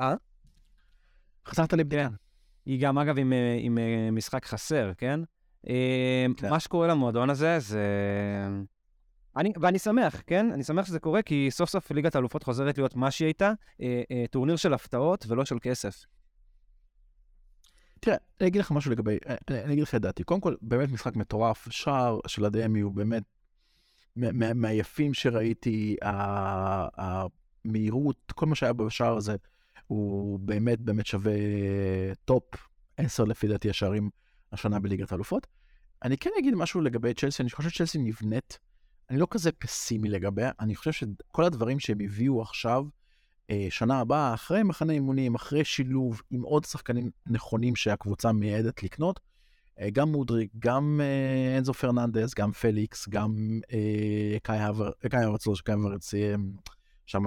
חסכת לבדיקה. היא גם, אגב, עם משחק חסר, כן? מה שקורה למועדון הזה, זה... ואני שמח, כן? אני שמח שזה קורה, כי סוף סוף ליגת האלופות חוזרת להיות מה שהיא הייתה, טורניר של הפתעות ולא של כסף. תראה, אני אגיד לך משהו לגבי, אני אגיד לך את דעתי. קודם כל, באמת משחק מטורף, שער של הדמי הוא באמת מהיפים שראיתי, המהירות, כל מה שהיה בשער הזה, הוא באמת באמת שווה טופ 10 לפי דעתי השערים השנה בליגת האלופות. אני כן אגיד משהו לגבי צ'לסי, אני חושב שצ'לסי נבנית, אני לא כזה פסימי לגביה, אני חושב שכל הדברים שהם הביאו עכשיו, שנה הבאה, אחרי מחנה אימונים, אחרי שילוב עם עוד שחקנים נכונים שהקבוצה מייעדת לקנות, גם מודריק, גם אנזו פרננדס, גם פליקס, גם קאי הוורץ, שם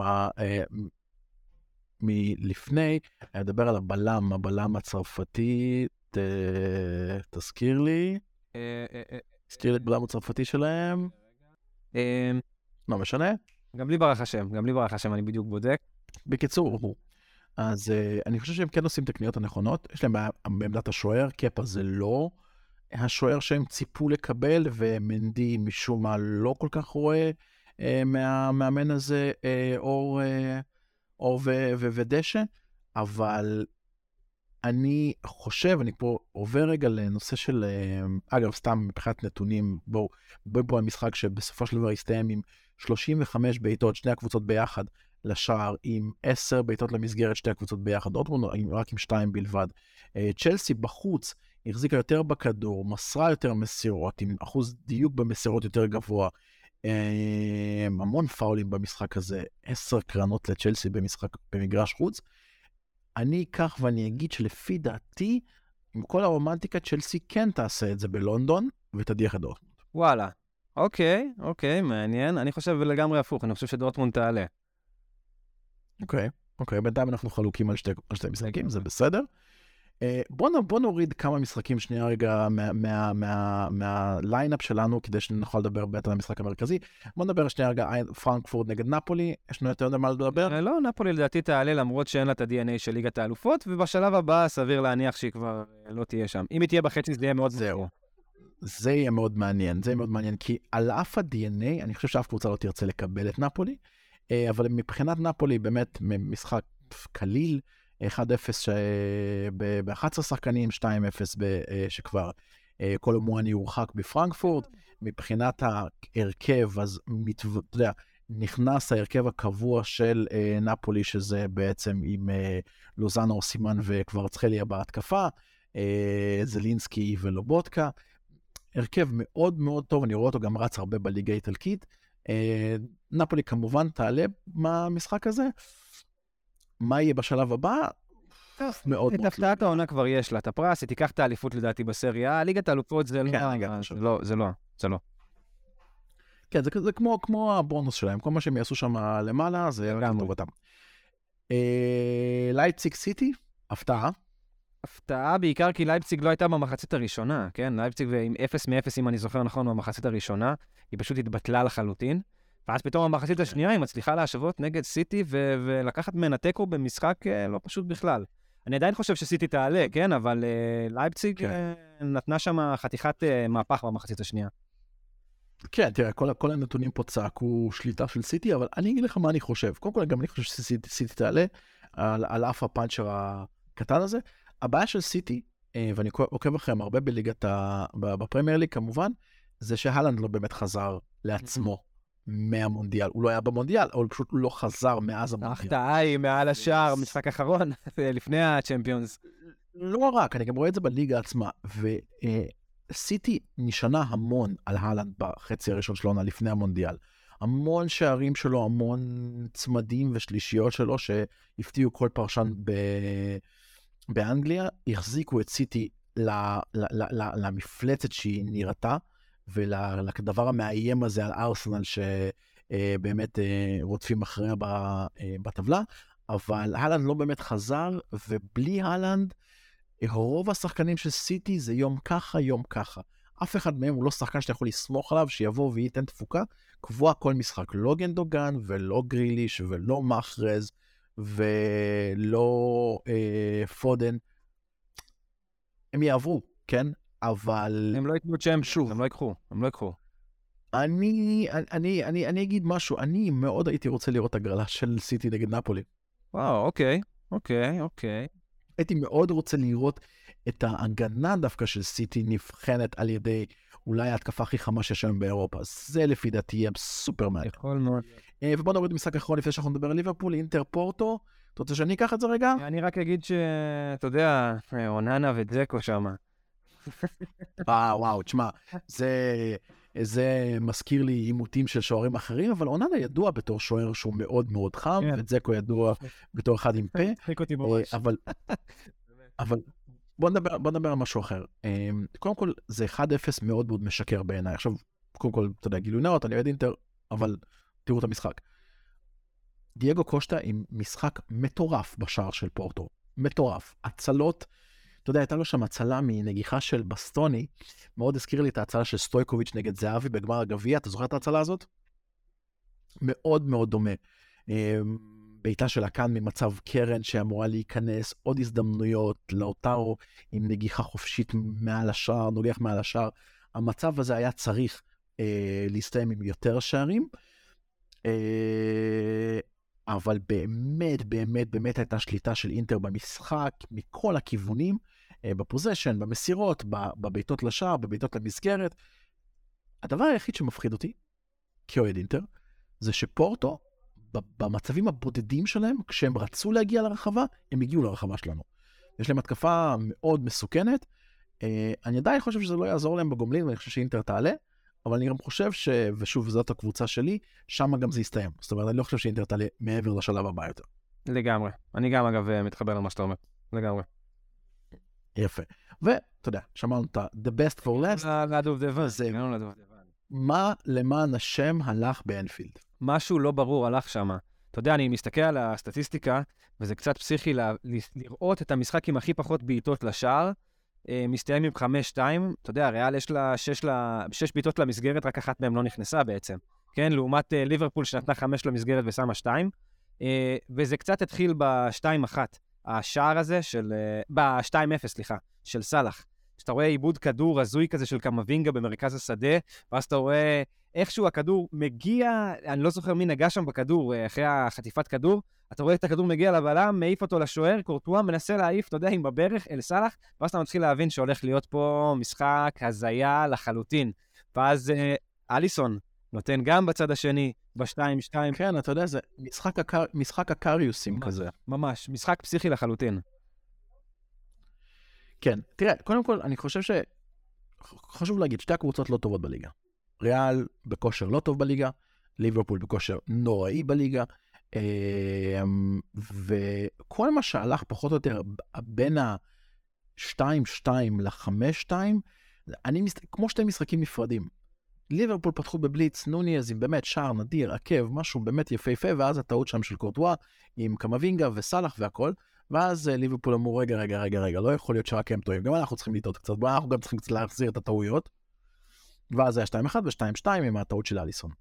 מלפני, אני אדבר על הבלם הצרפתי, תזכיר לי, תזכיר לי את הבלם הצרפתי שלהם, לא משנה. גם לי ברח השם, אני בדיוק בודק. בקיצור, אז אני חושב שהם כן עושים את הקניות הנכונות, יש להם בעמדת השוער, קפה זה לא השוער שהם ציפו לקבל, ומנדי משום מה לא כל כך רואה מהמאמן הזה אור ודשא, אבל אני חושב, אני פה עובר רגע לנושא של, אגב, סתם מבחינת נתונים, בואו פה על משחק שבסופו של דבר יסתיים עם 35 בעיטות, שני הקבוצות ביחד, לשער עם 10 בעיטות למסגרת, שתי הקבוצות ביחד, דורטמונד רק עם 2 בלבד. צ'לסי בחוץ החזיקה יותר בכדור, מסרה יותר מסירות, עם אחוז דיוק במסירות יותר גבוה, המון פאולים במשחק הזה, 10 קרנות לצ'לסי במגרש חוץ. אני אקח ואני אגיד שלפי דעתי, עם כל הרומנטיקה, צ'לסי כן תעשה את זה בלונדון, ותדיח את דורטמונד. וואלה. אוקיי, מעניין. אני חושב לגמרי הפוך, אני חושב שדורטמונד תעלה. אוקיי, בינתיים אנחנו חלוקים על שתי משחקים, זה בסדר. בוא נוריד כמה משחקים שנייה רגע מהליינאפ שלנו, כדי שנוכל לדבר בית על המשחק המרכזי. בוא נדבר שנייה רגע, פרנקפורט נגד נפולי, יש לנו יותר מה לדבר? לא, נפולי לדעתי תעלה, למרות שאין לה את ה-DNA של ליגת האלופות, ובשלב הבא סביר להניח שהיא כבר לא תהיה שם. אם היא תהיה בחצי, זה יהיה מאוד זהו. זה יהיה מאוד מעניין, כי על אף ה-DNA, אני חושב שאף קבוצה לא תרצה לקבל את נפולי, אבל מבחינת נפולי באמת משחק קליל, 1-0 ב-11 שחקנים, 2-0 שכבר קולומואני הורחק בפרנקפורט. מבחינת ההרכב, אז אתה יודע, נכנס ההרכב הקבוע של נפולי, שזה בעצם עם לוזאנו אוסימן וקוורצחליה בהתקפה, זלינסקי ולובוטקה. הרכב מאוד מאוד טוב, אני רואה אותו גם רץ הרבה בליגה האיטלקית. נפולי כמובן תעלה מהמשחק הזה. מה יהיה בשלב הבא? מאוד את הפתעת העונה כבר יש לה, את הפרס, היא תיקח את האליפות לדעתי בסריה, ליגת האלופות זה לא. כן, זה כמו הבונוס שלהם, כל מה שהם יעשו שם למעלה, זה רק לטובתם. לייפציג סיטי, הפתעה. הפתעה בעיקר כי לייפציג לא הייתה במחצית הראשונה, כן? לייפציג עם 0-0, אם אני זוכר נכון, במחצית הראשונה, היא פשוט התבטלה לחלוטין. ואז פתאום במחצית השנייה היא מצליחה להשוות נגד סיטי ולקחת מנתקו במשחק לא פשוט בכלל. אני עדיין חושב שסיטי תעלה, כן? אבל לייפציג נתנה שם חתיכת מהפך במחצית השנייה. כן, תראה, כל הנתונים פה צעקו שליטה של סיטי, אבל אני אגיד לך מה אני חושב. קודם כל, גם אני חושב שסיטי תעלה על אף הפאנצ'ר הקטן הזה. הבעיה של סיטי, ואני עוקב אחריהם הרבה בפרמייר ליג כמובן, זה שהלנד לא באמת חזר לעצמו מהמונדיאל. הוא לא היה במונדיאל, אבל פשוט לא חזר מאז המונדיאל. ההחטאה היא מעל השער, משחק אחרון, לפני הצ'מפיונס. לא רק, אני גם רואה את זה בליגה עצמה, וסיטי נשענה המון על הלנד בחצי הראשון של העונה לפני המונדיאל. המון שערים שלו, המון צמדים ושלישיות שלו, שהפתיעו כל פרשן באנגליה, החזיקו את סיטי למפלצת שהיא נראתה, ולדבר המאיים הזה על ארסנל שבאמת רודפים אחריה בטבלה, אבל הלנד לא באמת חזר, ובלי הלנד, רוב השחקנים של סיטי זה יום ככה, יום ככה. אף אחד מהם הוא לא שחקן שאתה יכול לסמוך עליו, שיבוא וייתן תפוקה, קבוע כל משחק, לא גנדוגן ולא גריליש ולא מחרז, ולא פודן. הם יעברו, כן? אבל הם לא ייתנו צ'אמפ שוב, הם לא יקחו. אני אגיד משהו, אני מאוד הייתי רוצה לראות הגרלה של סיטי נגד נפולי. וואו, אוקיי. הייתי מאוד רוצה לראות את ההגנה דווקא של סיטי נבחנת על ידי אולי ההתקפה הכי חמה שיש היום באירופה. זה לפי דעתי יהיה סופר מעניין. יכול מאוד. ובוא נוריד משחק אחרון לפני שאנחנו נדבר על ליברפול, אינטר פורטו. אתה רוצה שאני אקח את זה רגע? אני רק אגיד שאתה יודע, אוננה ודזקו שם. וואו, תשמע, זה מזכיר לי עימותים של שוערים אחרים, אבל אוננה ידוע בתור שוער שהוא מאוד מאוד חם, ודזקו ידוע בתור אחד עם פה. אבל בוא נדבר על משהו אחר. קודם כל, זה 1-0 מאוד מאוד משקר בעיניי. עכשיו, קודם כל, אתה יודע, גילוי נאות, אני אוהד אינטר, אבל תראו את המשחק. דייגו קושטה עם משחק מטורף בשער של פורטו. מטורף. הצלות, אתה יודע, הייתה לו שם הצלה מנגיחה של בסטוני, מאוד הזכיר לי את ההצלה של סטויקוביץ' נגד זהבי בגמר הגביע, אתה זוכר את ההצלה הזאת? מאוד מאוד דומה. בעיטה שלה כאן ממצב קרן שאמורה להיכנס, עוד הזדמנויות, לאוטרו עם נגיחה חופשית מעל השער, נוגח מעל השער. המצב הזה היה צריך להסתיים עם יותר שערים, אבל באמת הייתה שליטה של אינטר במשחק, מכל הכיוונים, בפוזיישן, במסירות, בביתות לשער, בביתות למסגרת. הדבר היחיד שמפחיד אותי, כאוהד אינטר, זה שפורטו במצבים הבודדים שלהם, כשהם רצו להגיע לרחבה, הם הגיעו לרחבה שלנו. יש להם התקפה מאוד מסוכנת, אני עדיין חושב שזה לא יעזור להם בגומלין, ואני חושב שאינטר תעלה, אבל אני גם חושב ושוב, זאת הקבוצה שלי, שם גם זה יסתיים. זאת אומרת, אני לא חושב שאינטר תעלה מעבר לשלב הבא יותר. לגמרי. אני גם, אגב, מתחבר למה שאתה אומר. לגמרי. יפה. ואתה יודע, שמענו את the best for last. מה למען השם הלך באנפילד? משהו לא ברור הלך שם. אתה יודע, אני מסתכל על הסטטיסטיקה, וזה קצת פסיכי לראות את המשחק עם הכי פחות בעיטות לשער, מסתיים עם 5-2, אתה יודע, ריאל יש לה 6 בעיטות למסגרת, רק אחת מהם לא נכנסה בעצם. כן, לעומת ליברפול שנתנה 5 למסגרת ושמה 2, וזה קצת התחיל ב-2-1, השער הזה ב-2-0, סליחה, של סלאח. שאתה רואה עיבוד כדור הזוי כזה של קמבינגה במרכז השדה, ואז אתה רואה איכשהו הכדור מגיע, אני לא זוכר מי נגע שם בכדור, אחרי החטיפת כדור, אתה רואה את הכדור מגיע לבלם, מעיף אותו לשוער, קורטואה מנסה להעיף, אתה יודע, עם בברך אל סלאח, ואז אתה מתחיל להבין שהולך להיות פה משחק הזיה לחלוטין. ואז אליסון נותן גם בצד השני, ב-2-2. כן, אתה יודע, זה משחק הקריוסים כזה. ממש, משחק פסיכי לחלוטין. כן, תראה, קודם כל, אני חושב חשוב להגיד, שתי הקבוצות לא טובות בליגה. ריאל בכושר לא טוב בליגה, ליברפול בכושר נוראי בליגה, וכל מה שהלך פחות או יותר בין ה-2-2 ל-5-2, כמו שתי משחקים נפרדים. ליברפול פתחו בבליץ, נוניאז עם באמת שער נדיר, עקב, משהו באמת יפהפה, ואז הטעות שם של קורטואה עם קמבינגה וסלאח והכל, ואז ליברפול אמרו, רגע, לא יכול להיות שרק הם טועים, גם אנחנו צריכים לטעות קצת, אנחנו גם צריכים קצת להחזיר את הטעויות, ואז היה 2-1 ו-2-2 עם הטעות של אליסון.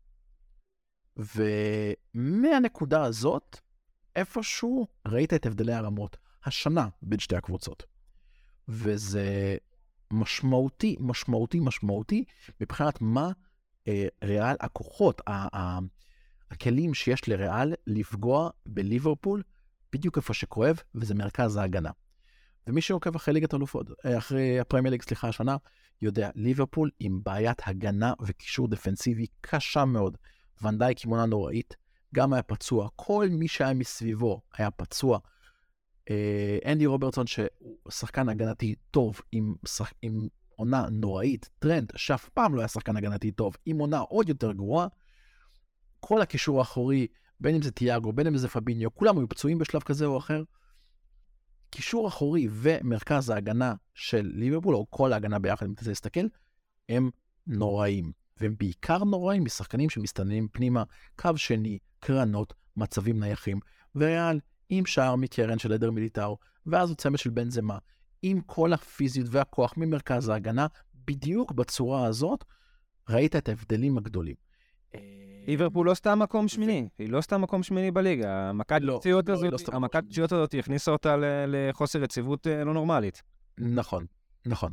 ומהנקודה הזאת, איפשהו ראית את הבדלי הרמות, השנה בין שתי הקבוצות. וזה משמעותי, מבחינת מה ריאל, הכוחות, הכלים שיש לריאל לפגוע בליברפול, בדיוק איפה שכואב, וזה מרכז ההגנה. ומי שעוקב אחרי ליגת אלופות, אחרי הפרמייר ליג, השנה, יודע, ליברפול עם בעיית הגנה וקישור דפנסיבי קשה מאוד. ון דייק עם עונה נוראית, גם היה פצוע, כל מי שהיה מסביבו היה פצוע. אנדי רוברטסון שהוא שחקן הגנתי טוב עם עונה נוראית, טרנד שאף פעם לא היה שחקן הגנתי טוב, עם עונה עוד יותר גרועה. כל הקישור האחורי, בין אם זה תיאגו, בין אם זה פביניו, כולם היו פצועים בשלב כזה או אחר. קישור אחורי ומרכז ההגנה של ליברפול, או כל ההגנה ביחד, אם תנסה להסתכל, הם נוראים. והם בעיקר נוראים משחקנים שמסתננים פנימה, קו שני, קרנות, מצבים נייחים, וריאל עם שער מקרן של עדר מיליטאו, ואז צמד של בנזמה, עם כל הפיזיות והכוח ממרכז ההגנה, בדיוק בצורה הזאת, ראית את ההבדלים הגדולים. ליברפול לא סתם מקום שמיני, היא לא סתם מקום שמיני בליגה, המכת פציעות הזאת הכניסה אותה לחוסר יציבות לא נורמלית. נכון.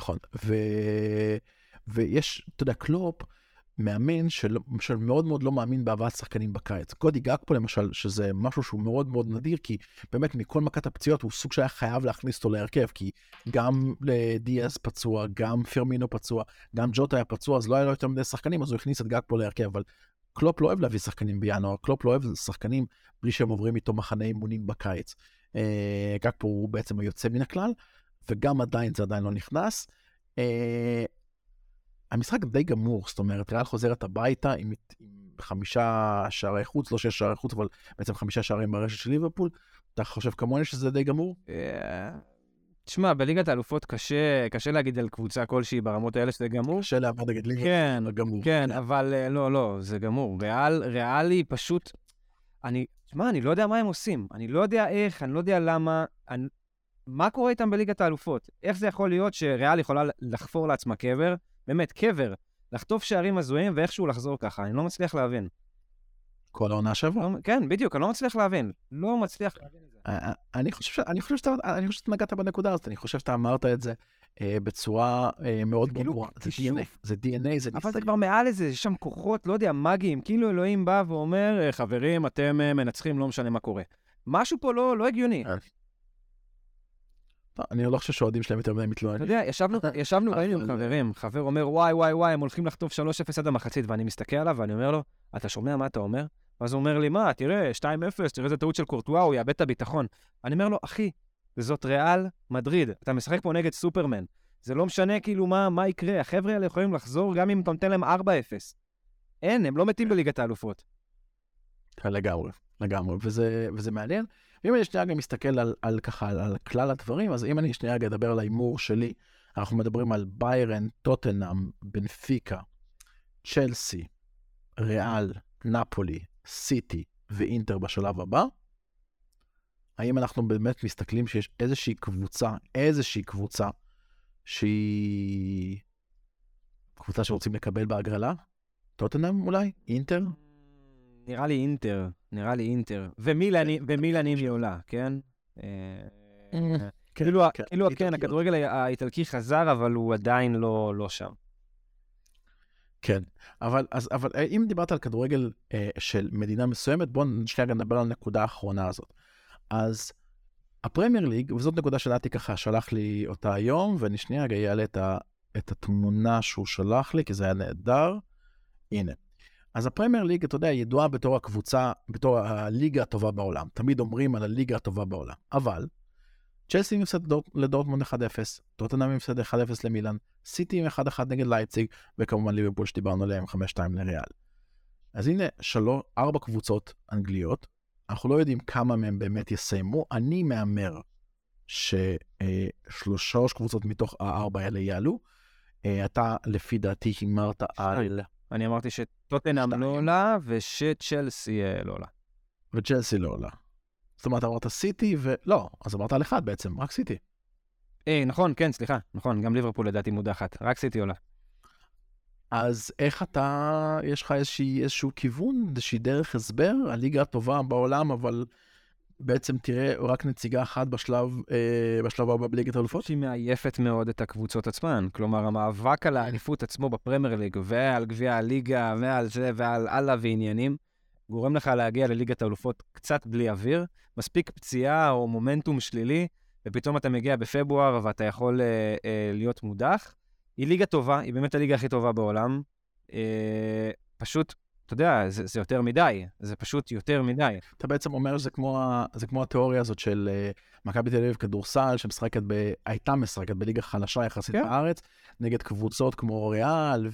ויש, אתה יודע, קלופ, מאמן של מאוד מאוד לא מאמין בהבאת שחקנים בקיץ. קודי גאקפו למשל, שזה משהו שהוא מאוד מאוד נדיר, כי באמת מכל מכת הפציעות הוא סוג שהיה חייב להכניס אותו להרכב, כי גם דיאז פצוע, גם פרמינו פצוע, גם ג'וטה היה פצוע, אז לא היה לו יותר מדי שחקנים, אז הוא הכניס את גאקפו להרכב, אבל קלופ לא אוהב להביא שחקנים בינואר, קלופ לא אוהב שחקנים בלי שהם עוברים איתו מחנה אימונים בקיץ. גאקפו הוא בעצם היוצא מן הכלל, וגם עדיין זה עדיין לא נכנס. המשחק די גמור, זאת אומרת, ריאל חוזרת הביתה עם 5 שערי חוץ, לא 6 שערי חוץ, אבל בעצם 5 שערים ברשת של ליברפול. אתה חושב כמוני שזה די גמור? תשמע, בליגת האלופות קשה להגיד על קבוצה כלשהי ברמות האלה שזה גמור. קשה להגיד ליגת ליברפול גמור. כן, אבל לא, זה גמור. ריאל היא פשוט, תשמע, אני לא יודע מה הם עושים, אני לא יודע איך, אני לא יודע למה, מה קורה איתם בליגת האלופות? איך זה יכול להיות שריאל יכולה לחפור לעצמה קבר? באמת, קבר, לחטוף שערים הזויים ואיכשהו לחזור ככה, אני לא מצליח להבין. כל העונה שבוע? כן, בדיוק, אני לא מצליח להבין. לא מצליח להבין את זה. אני חושב שאתה נגעת בנקודה הזאת, אני חושב שאתה אמרת את זה בצורה מאוד ברורה. זה DNA, זה... אבל זה כבר מעל לזה, יש שם כוחות, לא יודע, מגיים, כאילו אלוהים בא ואומר, חברים, אתם מנצחים, לא משנה מה קורה. משהו פה לא הגיוני. אני לא חושב שהאוהדים שלהם יותר מדי מתלוננים. אתה יודע, ישבנו ראינו עם חברים, חבר אומר, וואי, הם הולכים לחטוף 3-0 עד המחצית, ואני מסתכל עליו ואני אומר לו, אתה שומע מה אתה אומר? אז הוא אומר לי, מה, תראה, 2-0, תראה איזה טעות של קורטואה, הוא יאבד את הביטחון. אני אומר לו, אחי, זאת ריאל מדריד, אתה משחק פה נגד סופרמן. זה לא משנה כאילו מה יקרה, החבר'ה האלה יכולים לחזור גם אם אתה נותן להם 4-0. אין, הם לא מתים בליגת האלופות. לגמרי, לגמרי, וזה מעניין. ואם אני שנייה גם מסתכל על ככה, על כלל הדברים, אז אם אני שנייה אדבר על האימור שלי, אנחנו מדברים על ביירן, טוטנהאם, בנפיקה, צ'לסי, ריאל, נפולי, סיטי ואינטר בשלב הבא. האם אנחנו באמת מסתכלים שיש איזושהי קבוצה שהיא קבוצה שרוצים לקבל בהגרלה? טוטנהאם אולי? אינטר? נראה לי אינטר. ומילאן היא עולה, כן? כאילו, כן, הכדורגל האיטלקי חזר, אבל הוא עדיין לא שם. כן, אבל אם דיברת על כדורגל של מדינה מסוימת, בואו נשכח גם נדבר על הנקודה האחרונה הזאת. אז הפרמייר ליג, וזאת נקודה שנתי ככה, שלח לי אותה היום, ואני שנייה רגע יעלה את התמונה שהוא שלח לי, כי זה היה נהדר. הנה. אז הפרמייר ליג, אתה יודע, ידועה בתור הקבוצה, בתור הליגה הטובה בעולם. תמיד אומרים על הליגה הטובה בעולם. אבל, צ'לסי מפסד לדורטמונד 1-0, טוטנהאם מפסד 1-0 למילאן, סיטי עם 1-1 נגד לייפציג, וכמובן ליברפול שדיברנו עליהם 5-2 לריאל. אז הנה 4 קבוצות אנגליות, אנחנו לא יודעים כמה מהם באמת יסיימו, אני מאמר ש3 קבוצות מתוך 4 האלה יעלו, אתה לפי דעתי הימרת על... אני אמרתי שטוטנהאם לא עולה, ושצ'לסי לא עולה. וצ'לסי לא עולה. זאת אומרת, אמרת סיטי לא, אז אמרת על 1 בעצם, רק סיטי. נכון, כן, סליחה, נכון, גם ליברפול לדעתי מודחת, רק סיטי עולה. אז איך יש לך איזשהו כיוון, איזושהי דרך הסבר, הליגה הטובה בעולם, אבל בעצם תראה רק נציגה אחת בשלב הבא בליגת האלופות? שהיא מעייפת מאוד את הקבוצות עצמן, כלומר, המאבק על האליפות עצמו בפרמייר ליג, ועל גביע הליגה, ועל זה, ועל הלאה ועניינים, גורם לך להגיע לליגת האלופות קצת בלי אוויר, מספיק פציעה או מומנטום שלילי, ופתאום אתה מגיע בפברואר ואתה יכול להיות מודח. היא ליגה טובה, היא באמת הליגה הכי טובה בעולם. פשוט, אתה יודע, זה יותר מדי. זה פשוט יותר מדי. אתה בעצם אומר שזה כמו התיאוריה הזאת של מכבי תל אביב כדורסל, שהייתה משחקת בליגה חלשה יחסית בארץ, נגד קבוצות כמו ריאל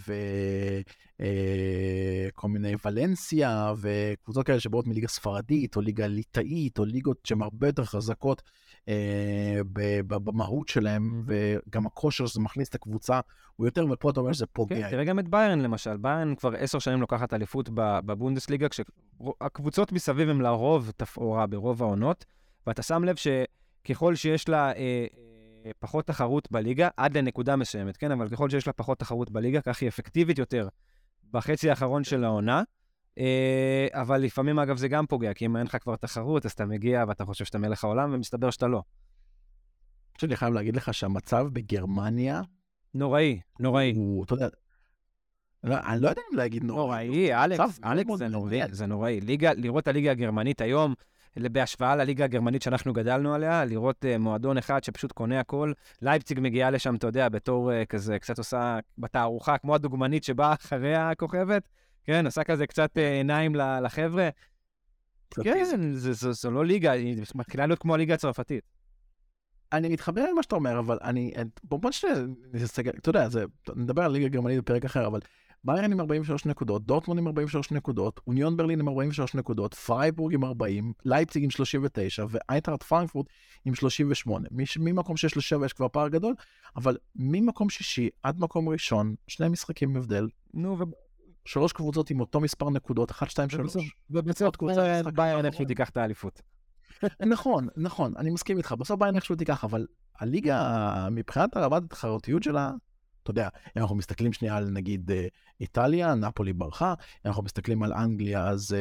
וכל מיני ולנסיה, וקבוצות כאלה שבאות מליגה ספרדית, או ליגה ליטאית, או ליגות שהן הרבה יותר חזקות במהות שלהם, וגם הכושר שזה מכניס את הקבוצה, הוא יותר, ופה אתה אומר שזה פוגע. תראה גם את ביירן למשל. ביירן כבר 10 שנים לוקחת אליפות בבונדסליגה, כשהקבוצות מסביב הם לרוב תפאורה ברוב העונות, ואתה שם לב שככל שיש לה פחות תחרות בליגה, עד לנקודה מסוימת, כן? אבל ככל שיש לה פחות תחרות בליגה, כך היא אפקטיבית יותר בחצי האחרון של העונה, אבל לפעמים אגב זה גם פוגע, כי אם אין לך כבר תחרות, אז אתה מגיע ואתה חושב שאתה מלך העולם, ומסתבר שאתה לא. אני חייב להגיד לך שהמצב בגרמניה... נוראי. אתה יודע... אני לא יודע אם להגיד נוראי. נוראי, אלכס, זה נוראי. לראות הליגה הגרמנית היום, בהשוואה לליגה הגרמנית שאנחנו גדלנו עליה, לראות מועדון אחד שפשוט קונה הכל. לייפציג מגיעה לשם, אתה יודע, בתור כזה, קצת עושה בתערוכה, כמו הדוגמנית שבאה אחריה הכוכבת, כן, עושה כזה קצת עיניים לחבר'ה. כן, זו לא ליגה, היא מתחילה להיות כמו הליגה הצרפתית. אני מתחבר על מה שאתה אומר, אבל בוא אתה יודע, נדבר על ליגה גרמנית בפרק אחר, אבל ביירן עם 43 נקודות, דורטמונד עם 43 נקודות, אוניון ברלין עם 43 נקודות, פרייבורג עם 40, לייפציג עם 39, ואייטראכט פרנקפורט עם 38. ממקום 6 ל-7 יש כבר פער גדול, אבל ממקום שישי עד מקום ראשון, 2 משחקים מבדל. 3 קבוצות עם אותו מספר נקודות, 1, 2, 3. ובסוף ביירן איכשהו תיקח את האליפות. נכון, אני מסכים איתך, בסוף ביירן איכשהו תיקח, אבל הליגה, מבחינת הרמת התחרותיות שלה, אתה יודע, אם אנחנו מסתכלים שנייה על נגיד איטליה, נפולי ברחה, אם אנחנו מסתכלים על אנגליה, אז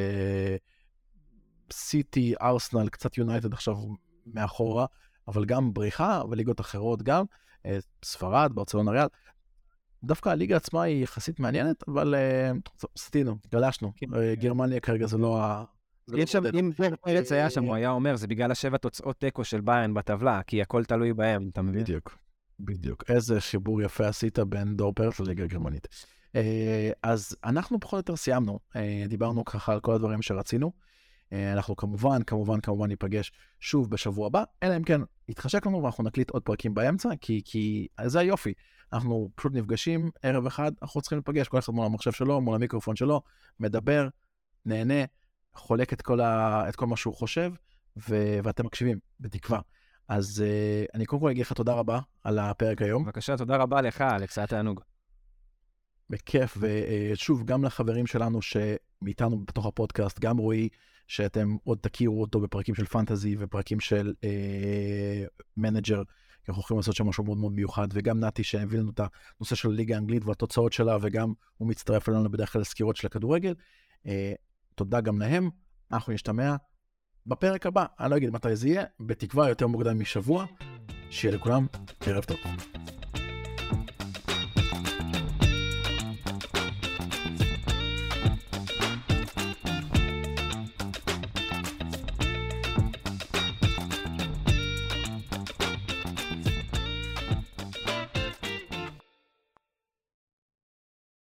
סיטי, ארסנל, קצת יונייטד עכשיו מאחורה, אבל גם בריחה, וליגות אחרות גם, ספרד, ברצלונה ריאל, דווקא הליגה עצמה היא יחסית מעניינת, אבל סטינו, גלשנו, גרמניה כרגע זה לא ה... אם פרץ היה שם, הוא היה אומר, זה בגלל 7 תוצאות טקו של ביירן בטבלה, כי הכל תלוי בהם, אתה מבין? בדיוק. איזה חיבור יפה עשית בין דור פרץ לליגה הגרמנית. אז אנחנו פחות או יותר סיימנו, דיברנו ככה על כל הדברים שרצינו. אנחנו כמובן ניפגש שוב בשבוע הבא, אלא אם כן יתחשק לנו ואנחנו נקליט עוד פרקים באמצע, כי זה היופי. אנחנו פשוט נפגשים ערב אחד, אנחנו צריכים לפגש, כל אחד מול המחשב שלו, מול המיקרופון שלו, מדבר, נהנה, חולק את כל מה שהוא חושב, ואתם מקשיבים, בתקווה. אז אני קודם כל אגיד לך תודה רבה על הפרק היום. בבקשה, תודה רבה לך, אלכס, היה תענוג. בכיף, ושוב, גם לחברים שלנו שמאיתנו בתוך הפודקאסט, גם רועי, שאתם עוד תכירו אותו בפרקים של פנטזי ופרקים של מנג'ר, כי אנחנו יכולים לעשות שם משהו מאוד מאוד מיוחד, וגם נתי שהביא לנו את הנושא של ליגה האנגלית והתוצאות שלה, וגם הוא מצטרף אלינו בדרך כלל לסקירות של הכדורגל. תודה גם להם, אנחנו נשתמע בפרק הבא, אני לא אגיד מתי זה יהיה, בתקווה יותר מוקדם משבוע, שיהיה לכולם ערב טוב.